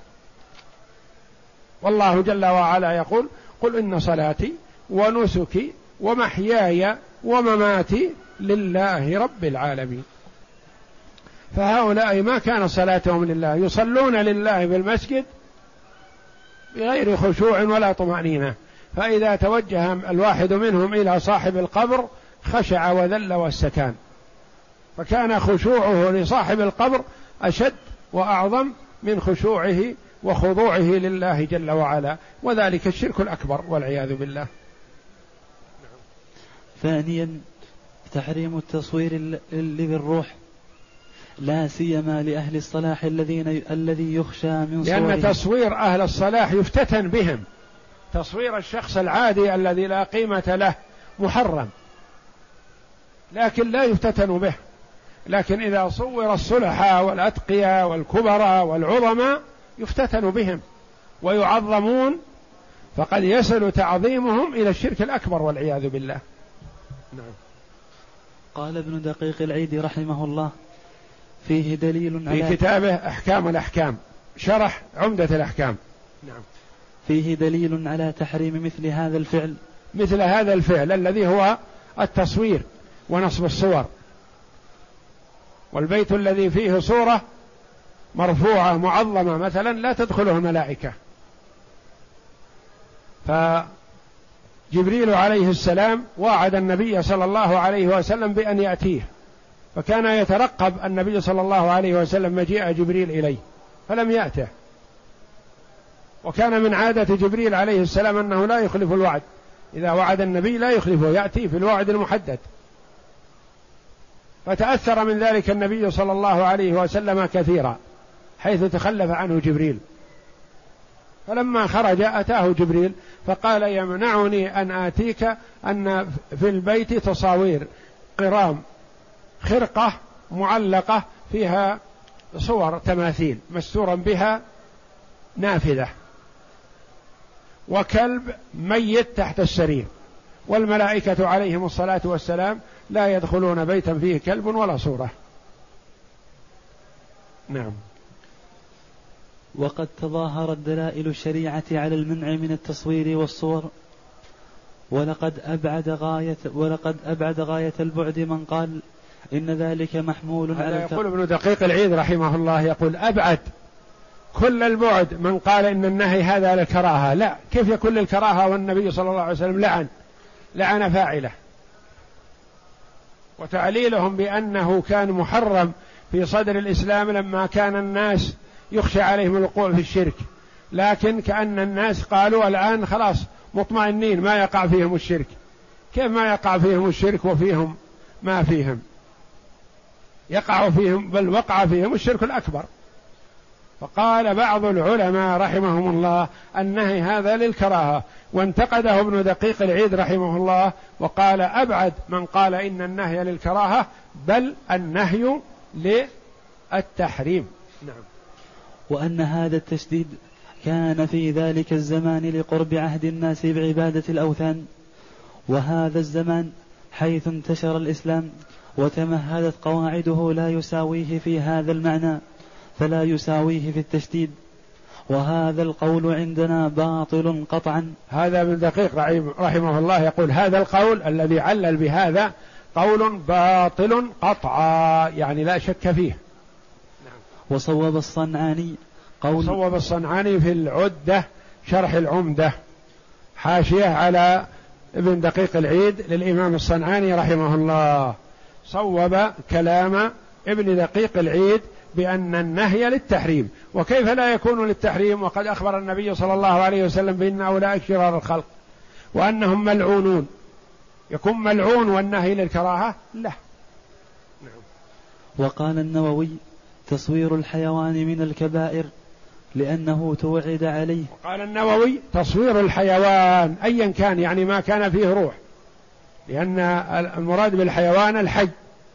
والله جل وعلا يقول: قل إن صلاتي ونسكي ومحياي ومماتي لله رب العالمين. فهؤلاء ما كان صلاتهم لله، يصلون لله بالمسجد بغير خشوع ولا طمأنينة، فإذا توجه الواحد منهم إلى صاحب القبر خشع وذل واستكان، فكان خشوعه لصاحب القبر أشد وأعظم من خشوعه وخضوعه لله جل وعلا، وذلك الشرك الأكبر والعياذ بالله.
ثانيا تحريم التصوير اللي بالروح، لا سيما لأهل الصلاح الذين الذي يخشى من صورهم،
لأن تصوير أهل الصلاح يفتتن بهم. تصوير الشخص العادي الذي لا قيمة له محرم لكن لا يفتتن به، لكن إذا صور الصلحاء والأتقياء والكبراء والعظماء يفتتن بهم ويعظمون، فقد يصل تعظيمهم إلى الشرك الأكبر والعياذ بالله. نعم.
قال ابن دقيق العيد رحمه الله: فيه دليل على
في كتابه أحكام الأحكام شرح عمدة الأحكام. نعم.
فيه دليل على تحريم مثل هذا الفعل
مثل هذا الفعل الذي هو التصوير ونصب الصور. والبيت الذي فيه صورة مرفوعة معظمة مثلا لا تدخله الملائكة. فجبريل عليه السلام وعد النبي صلى الله عليه وسلم بأن يأتيه، فكان يترقب النبي صلى الله عليه وسلم مجيء جبريل إليه فلم يأته، وكان من عادة جبريل عليه السلام أنه لا يخلف الوعد، إذا وعد النبي لا يخلفه، يأتي في الوعد المحدد. فتأثر من ذلك النبي صلى الله عليه وسلم كثيرا حيث تخلف عنه جبريل، فلما خرج أتاه جبريل فقال: يمنعني أن آتيك أن في البيت تصاوير قرام خرقة معلقة فيها صور تماثيل مستورا بها نافذة، وكلب ميت تحت السرير، والملائكة عليهم الصلاة والسلام لا يدخلون بيتا فيه كلب ولا صورة. نعم.
وقد تظاهرت دلائل الشريعة على المنع من التصوير والصور، ولقد أبعد غاية ولقد أبعد غاية البعد من قال إن ذلك محمول على
التق... يقول ابن دقيق العيد رحمه الله، يقول أبعد كل البعد من قال إن النهي هذا للكراهة. لا، كيف يكون للكراهة والنبي صلى الله عليه وسلم لعن لعن فاعله؟ وتعليلهم بأنه كان محرم في صدر الإسلام لما كان الناس يخشى عليهم الوقوع في الشرك، لكن كأن الناس قالوا الآن خلاص مطمئنين ما يقع فيهم الشرك. كيف ما يقع فيهم الشرك وفيهم ما فيهم؟ يقع فيهم، بل وقع فيهم الشرك الأكبر. فقال بعض العلماء رحمهم الله النهي هذا للكراهة، وانتقده ابن دقيق العيد رحمه الله وقال أبعد من قال إن النهي للكراهة، بل النهي للتحريم. نعم.
وأن هذا التشديد كان في ذلك الزمان لقرب عهد الناس بعبادة الأوثان، وهذا الزمان حيث انتشر الإسلام وتمهدت قواعده لا يساويه في هذا المعنى، فلا يساويه في التشديد، وهذا القول عندنا باطل قطعا.
هذا ابن دقيق رحمه الله يقول هذا القول الذي علل بهذا قول باطل قطعا، يعني لا شك فيه.
نعم. وصوب الصنعاني قول
صوب الصنعاني في العدة شرح العمدة حاشية على ابن دقيق العيد للإمام الصنعاني رحمه الله، صوب كلام ابن دقيق العيد بأن النهي للتحريم. وكيف لا يكون للتحريم وقد أخبر النبي صلى الله عليه وسلم بأن أولئك شرار الخلق وأنهم ملعونون؟ يكون ملعون والنهي للكراهة؟ لا.
نعم. وقال النووي تصوير الحيوان من الكبائر لأنه توعد عليه.
وقال النووي تصوير الحيوان أيا كان، يعني ما كان فيه روح، لأن المراد بالحيوان الحي،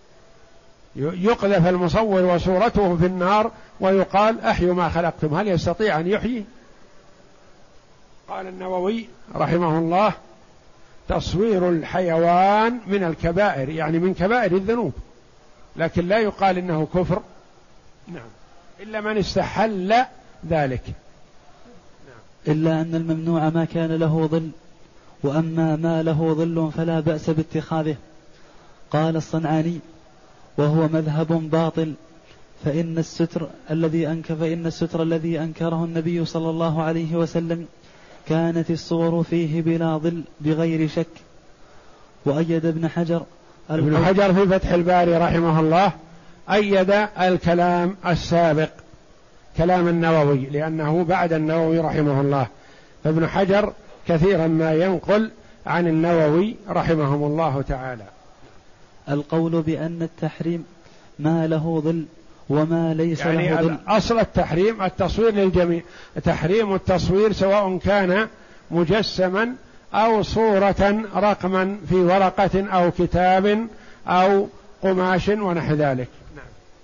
يقذف المصور وصورته في النار ويقال أحيوا ما خلقتم، هل يستطيع أن يحيي؟ قال النووي رحمه الله تصوير الحيوان من الكبائر، يعني من كبائر الذنوب، لكن لا يقال إنه كفر، نعم، إلا من استحل ذلك.
نعم. إلا أن الممنوع ما كان له ظل، وأما ما له ظل فلا بأس باتخاذه. قال الصنعاني وهو مذهب باطل، فإن الستر الذي أنكر فإن الستر الذي أنكره النبي صلى الله عليه وسلم كانت الصور فيه بلا ظل بغير شك. وأيد ابن حجر
ابن حجر في فتح الباري رحمه الله أيد الكلام السابق كلام النووي، لأنه بعد النووي رحمه الله، فابن حجر كثيرا ما ينقل عن النووي رحمهم الله تعالى.
القول بأن التحريم ما له ظل وما ليس
يعني
له ظل،
أصل التحريم التصوير للجميع، تحريم التصوير سواء كان مجسما أو صورة رقما في ورقة أو كتاب أو قماش ونحو ذلك. نعم.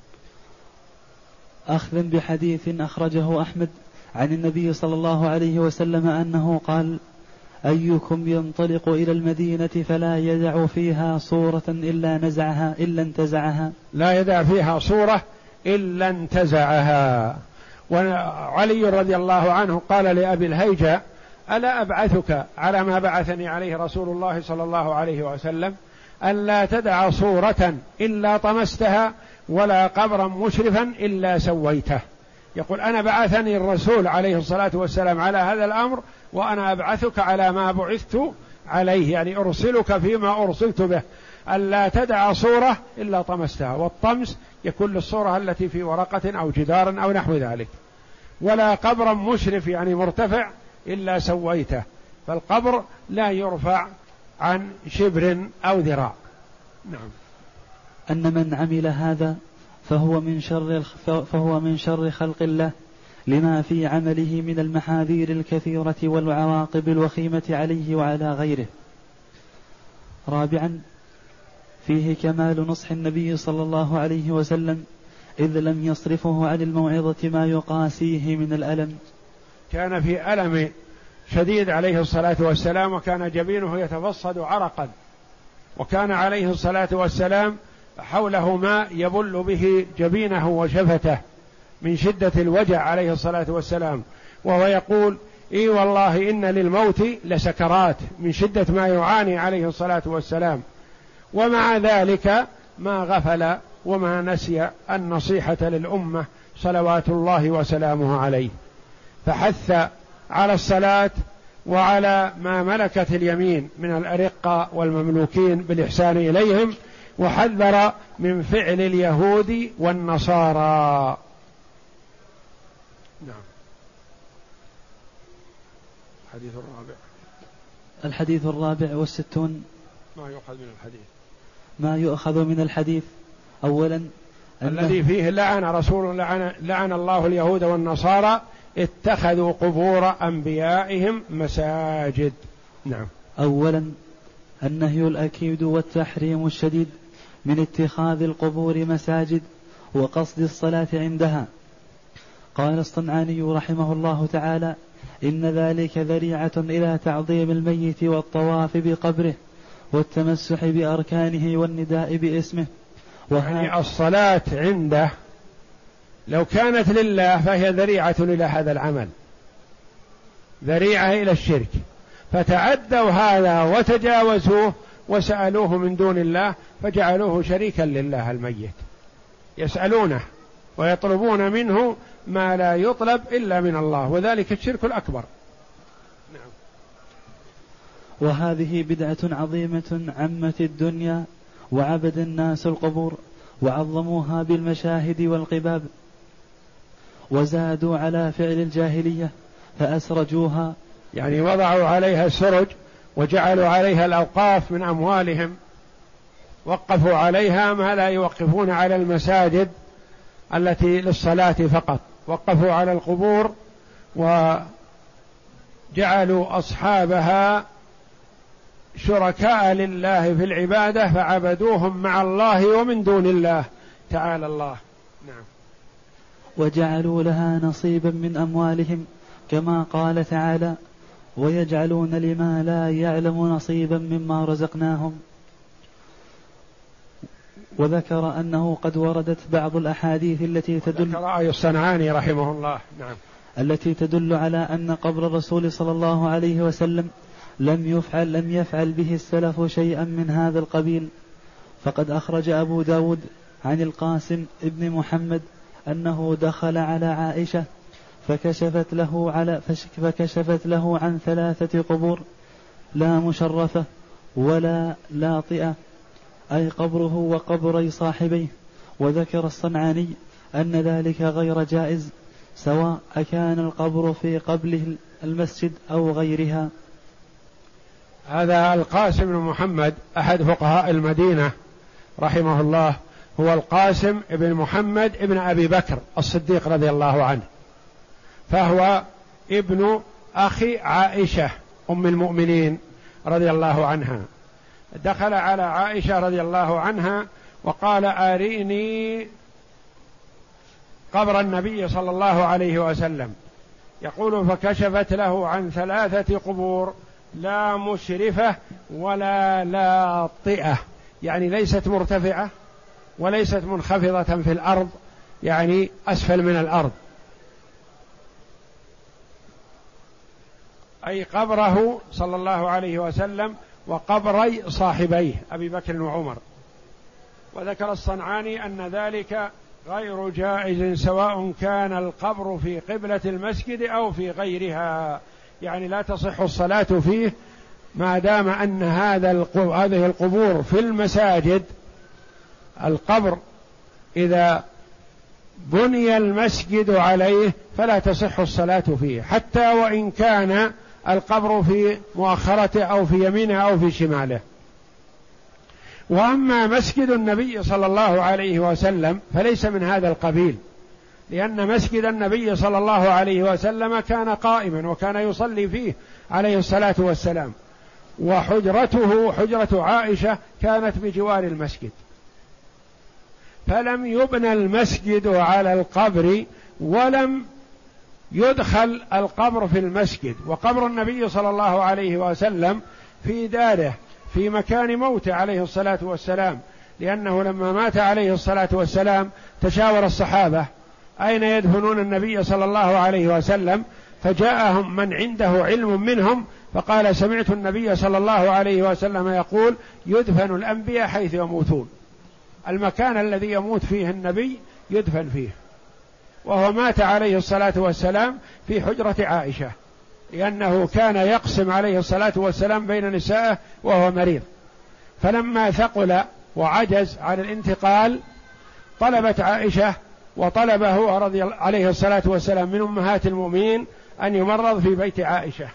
أخذ بحديث أخرجه أحمد عن النبي صلى الله عليه وسلم أنه قال أيكم ينطلق إلى المدينة فلا يدع فيها صورة إلا نزعها إلا انتزعها،
لا يدع فيها صورة إلا انتزعها. وعلي رضي الله عنه قال لأبي الهيجة ألا أبعثك على ما بعثني عليه رسول الله صلى الله عليه وسلم، ألا تدع صورة إلا طمستها ولا قبرا مشرفا إلا سويته. يقول أنا بعثني الرسول عليه الصلاة والسلام على هذا الأمر، وأنا أبعثك على ما بعثت عليه، يعني أرسلك فيما أرسلت به، ألا تدع صورة إلا طمستها، والطمس يكون للصورة التي في ورقة أو جدار أو نحو ذلك، ولا قبرا مشرف يعني مرتفع إلا سويته، فالقبر لا يرفع عن شبر أو ذراع. نعم.
أن من عمل هذا فهو من شر فهو من شر خلق الله لما في عمله من المحاذير الكثيرة والعواقب الوخيمة عليه وعلى غيره. رابعا فيه كمال نصح النبي صلى الله عليه وسلم إذ لم يصرفه عن الموعظة ما يقاسيه من الألم.
كان في ألم شديد عليه الصلاة والسلام، وكان جبينه يتفصد عرقا، وكان عليه الصلاة والسلام حوله ماء يبل به جبينه وشفته من شدة الوجع عليه الصلاة والسلام، وهو يقول إي والله إن للموت لسكرات من شدة ما يعاني عليه الصلاة والسلام، ومع ذلك ما غفل وما نسي النصيحة للأمة صلوات الله وسلامه عليه، فحث على الصلاة وعلى ما ملكت اليمين من الأرقة والمملوكين بالإحسان إليهم، وحذر من فعل اليهود والنصارى. نعم. الحديث الرابع
الحديث الرابع والستون.
ما يؤخذ من الحديث
ما يؤخذ من الحديث أولا
الذي فيه لعن رسول لعن, لعن الله اليهود والنصارى اتخذوا قبور أنبيائهم مساجد. نعم.
أولا النهي الأكيد والتحريم الشديد من اتخاذ القبور مساجد وقصد الصلاة عندها. قال الصنعاني رحمه الله تعالى إن ذلك ذريعة إلى تعظيم الميت والطواف بقبره والتمسح بأركانه والنداء باسمه.
يعني الصلاة عنده لو كانت لله فهي ذريعة إلى هذا العمل، ذريعة إلى الشرك، فتعدوا هذا وتجاوزوه وسألوه من دون الله فجعلوه شريكا لله الميت، يسألونه ويطلبون منه ما لا يطلب إلا من الله، وذلك الشرك الأكبر. نعم.
وهذه بدعة عظيمة عمت الدنيا، وعبد الناس القبور وعظموها بالمشاهد والقباب، وزادوا على فعل الجاهلية فأسرجوها،
يعني وضعوا عليها السرج وجعلوا عليها الأوقاف من أموالهم، وقفوا عليها ما لا يوقفون على المساجد التي للصلاة فقط، وقفوا على القبور وجعلوا أصحابها شركاء لله في العبادة فعبدوهم مع الله ومن دون الله تعالى الله. نعم.
وجعلوا لها نصيبا من أموالهم كما قال تعالى: ويجعلون لما لا يعلم نصيبا مما رزقناهم. وذكر أنه قد وردت بعض الأحاديث التي تدل
ذكر أي الصنعاني رحمه الله. نعم.
التي تدل على أن قبر الرسول صلى الله عليه وسلم لم يفعل لم يفعل به السلف شيئا من هذا القبيل. فقد أخرج أبو داود عن القاسم ابن محمد أنه دخل على عائشة فكشفت له على فكشفت له عن ثلاثة قبور لا مشرفة ولا لاطئة، أي قبره وقبري صاحبيه. وذكر الصنعاني أن ذلك غير جائز، سواء أكان القبر في قبله المسجد أو غيرها.
هذا القاسم بن محمد أحد فقهاء المدينة رحمه الله، هو القاسم بن محمد ابن أبي بكر الصديق رضي الله عنه، فهو ابن أخي عائشة أم المؤمنين رضي الله عنها. دخل على عائشة رضي الله عنها وقال: أريني قبر النبي صلى الله عليه وسلم. يقول: فكشفت له عن ثلاثة قبور لا مشرفة ولا لاطئة، يعني ليست مرتفعة وليست منخفضة في الأرض، يعني أسفل من الأرض، أي قبره صلى الله عليه وسلم وقبري صاحبيه أبي بكر وعمر. وذكر الصنعاني أن ذلك غير جائز، سواء كان القبر في قبلة المسجد أو في غيرها، يعني لا تصح الصلاة فيه ما دام أن هذا هذه القبور في المساجد. القبر إذا بني المسجد عليه فلا تصح الصلاة فيه، حتى وإن كان القبر في مؤخرته أو في يمينه أو في شماله. وأما مسجد النبي صلى الله عليه وسلم فليس من هذا القبيل، لأن مسجد النبي صلى الله عليه وسلم كان قائما وكان يصلي فيه عليه الصلاة والسلام، وحجرته حجرة عائشة كانت بجوار المسجد، فلم يبنى المسجد على القبر ولم يدخل القبر في المسجد. وقبر النبي صلى الله عليه وسلم في داره في مكان موته عليه الصلاة والسلام، لأنه لما مات عليه الصلاة والسلام تشاور الصحابة أين يدفنون النبي صلى الله عليه وسلم، فجاءهم من عنده علم منهم فقال: سمعت النبي صلى الله عليه وسلم يقول: يدفن الأنبياء حيث يموتون، المكان الذي يموت فيه النبي يدفن فيه. وهو مات عليه الصلاة والسلام في حجرة عائشة، لأنه كان يقسم عليه الصلاة والسلام بين نسائه وهو مريض، فلما ثقل وعجز عن الانتقال طلبت عائشة وطلبه رضي عليه الصلاة والسلام من أمهات المؤمنين أن يمرض في بيت عائشة،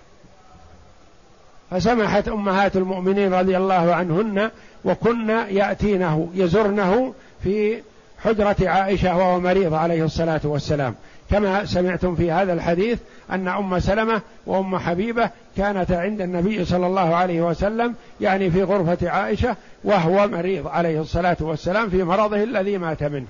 فسمحت أمهات المؤمنين رضي الله عنهن وكن يأتينه يزرنه في حجرة عائشة وهو مريض عليه الصلاة والسلام، كما سمعتم في هذا الحديث أن أم سلمة وأم حبيبة كانتا عند النبي صلى الله عليه وسلم، يعني في غرفة عائشة وهو مريض عليه الصلاة والسلام في مرضه الذي مات منه،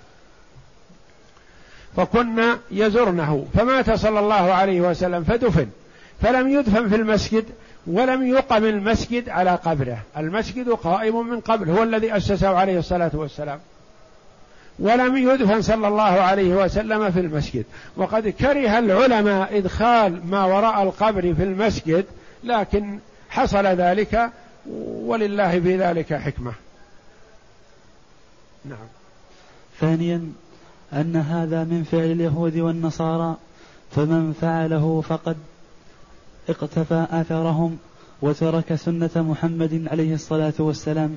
فكنا يزرنه، فمات صلى الله عليه وسلم فدفن، فلم يدفن في المسجد ولم يقم المسجد على قبره، المسجد قائم من قبل، هو الذي أسسه عليه الصلاة والسلام، ولم يدفن صلى الله عليه وسلم في المسجد. وقد كره العلماء إدخال ما وراء القبر في المسجد، لكن حصل ذلك ولله في ذلك حكمة. نعم.
ثانيا، أن هذا من فعل اليهود والنصارى، فمن فعله فقد اقتفى آثارهم وترك سنة محمد عليه الصلاة والسلام.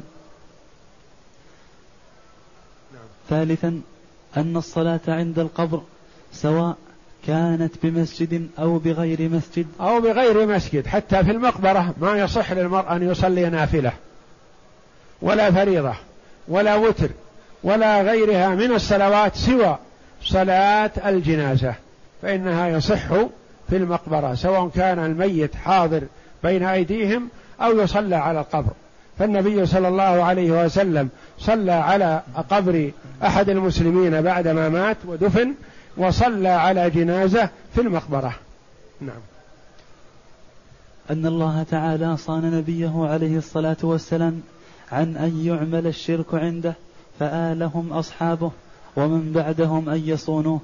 ثالثا أن الصلاة عند القبر سواء كانت بمسجد أو بغير مسجد
أو بغير مسجد، حتى في المقبرة ما يصح للمرء أن يصلي نافلة ولا فريضة ولا وتر ولا غيرها من الصلوات سوى صلاة الجنازة، فإنها يصح في المقبرة سواء كان الميت حاضر بين أيديهم أو يصلى على القبر. فالنبي صلى الله عليه وسلم صلى على قبر أحد المسلمين بعدما مات ودفن، وصلى على جنازة في المقبرة. نعم.
أن الله تعالى صان نبيه عليه الصلاة والسلام عن أن يعمل الشرك عنده، فآلهم أصحابه ومن بعدهم أن يصونوه.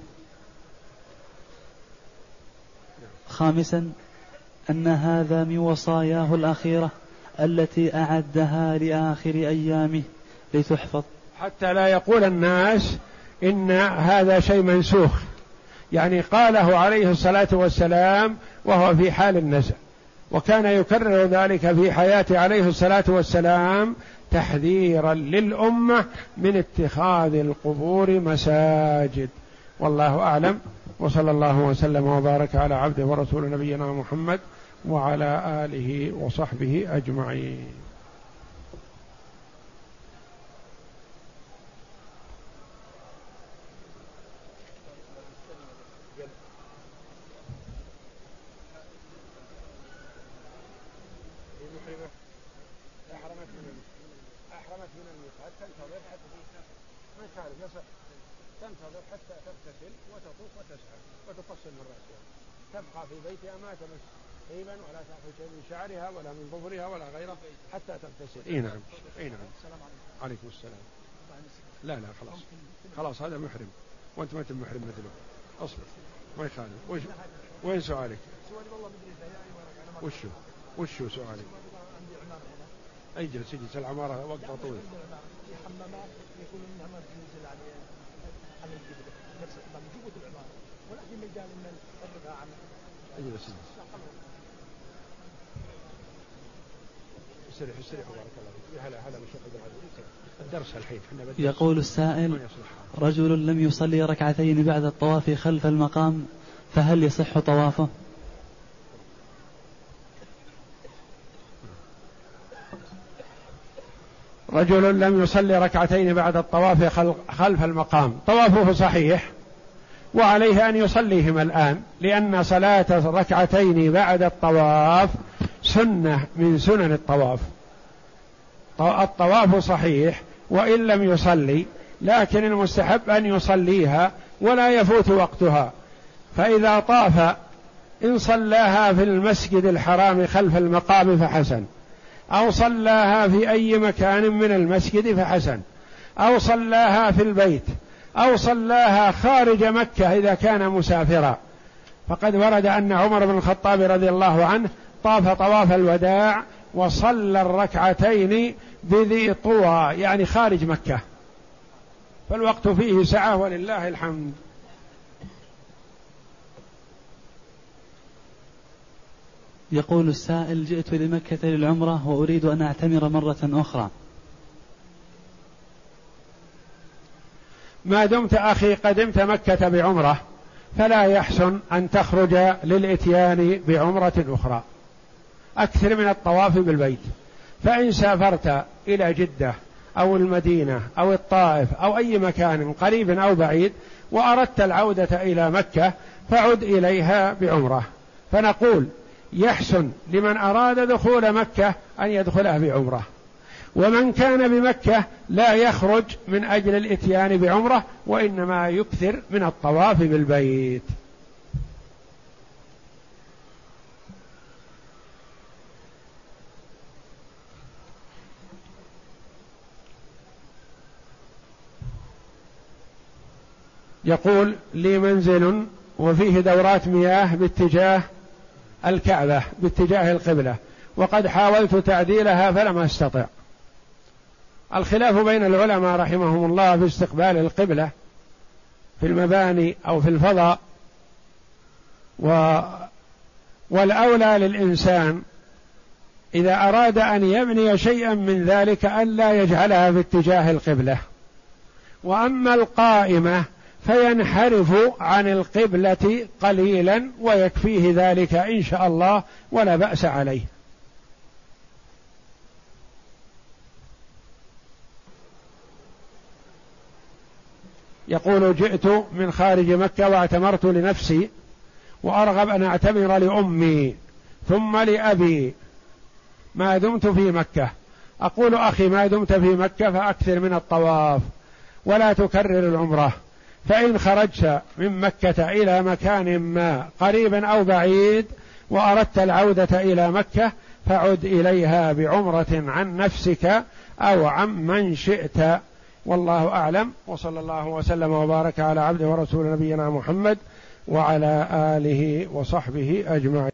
خامسا أن هذا من وصاياه الأخيرة التي أعدها لآخر أيامه لتحفظ،
حتى لا يقول الناس إن هذا شيء منسوخ، يعني قاله عليه الصلاة والسلام وهو في حال النزع، وكان يكرر ذلك في حياته عليه الصلاة والسلام تحذيرا للأمة من اتخاذ القبور مساجد. والله أعلم، وصلى الله وسلم وبارك على عبده ورسول نبينا محمد وعلى آله وصحبه أجمعين. أحرمت من الميقات تنتظر حتى ما تعرف يصح، تنتظر حتى تغتسل وتطوف وتسعى وتقصر من رأسها، تبقى في بيتها ما تمس طيبا ولا تأخذ شيء من شعرها ولا من ظفرها ولا غيره حتى تغتسل. اي نعم، اي نعم. عليكم السلام. لا لا خلاص خلاص هذا محرم وانت ما انت محرم مثله، اصبر ما يخالف. وش وين سؤالك؟ وشو وشو سؤالك؟ اجلس اجلس، العمارة وقت طويل.
في حمامات يقولون انها ما تنزل على على الجبل نفس الحمام جوة العمارة، ولا في مجال ان نفرقها عن.
اجلس اجلس استريح استريح بارك الله فيك. هلا هلا مشاهد الدرس الحين.
يقول السائل: رجل لم يصلي ركعتين بعد الطواف خلف المقام، فهل يصح طوافه؟
رجل لم يصلي ركعتين بعد الطواف خلف المقام، طوافه صحيح وعليه أن يصليهما الآن، لأن صلاة ركعتين بعد الطواف سنة من سنن الطواف. الطواف صحيح وإن لم يصلي، لكن المستحب أن يصليها ولا يفوت وقتها. فإذا طاف إن صلاها في المسجد الحرام خلف المقام فحسن، أو صلاها في أي مكان من المسجد فحسن، أو صلاها في البيت، أو صلاها خارج مكة إذا كان مسافرا. فقد ورد أن عمر بن الخطاب رضي الله عنه طاف طواف الوداع وصلى الركعتين بذي طوى، يعني خارج مكة، فالوقت فيه سعة ولله الحمد.
يقول السائل: جئت لمكة للعمرة وأريد أن أعتمر مرة أخرى.
ما دمت أخي قدمت مكة بعمرة فلا يحسن أن تخرج للإتيان بعمرة أخرى، أكثر من الطواف بالبيت. فإن سافرت إلى جدة أو المدينة أو الطائف أو أي مكان قريب أو بعيد وأردت العودة إلى مكة فعد إليها بعمرة. فنقول يحسن لمن أراد دخول مكة أن يدخلها بعمرة، ومن كان بمكة لا يخرج من أجل الإتيان بعمرة، وإنما يكثر من الطواف بالبيت. يقول: لي منزل وفيه دورات مياه باتجاه الكعبة باتجاه القبلة، وقد حاولت تعديلها فلم أستطع. الخلاف بين العلماء رحمهم الله في استقبال القبلة، في المباني أو في الفضاء، و والأولى للإنسان إذا أراد أن يبني شيئا من ذلك أن لا يجعلها في اتجاه القبلة. وأما القائمة فينحرف عن القبلة قليلا ويكفيه ذلك إن شاء الله ولا بأس عليه. يقول: جئت من خارج مكة واعتمرت لنفسي وأرغب أن أعتمر لأمي ثم لأبي ما دمت في مكة. أقول: أخي، ما دمت في مكة فأكثر من الطواف ولا تكرر العمرة، فإن خرجت من مكة إلى مكان ما قريب أو بعيد وأردت العودة إلى مكة فعد إليها بعمرة عن نفسك أو عن من شئت، والله أعلم. وصلى الله وسلم وبارك على عبده ورسول نبينا محمد وعلى آله وصحبه أجمعين.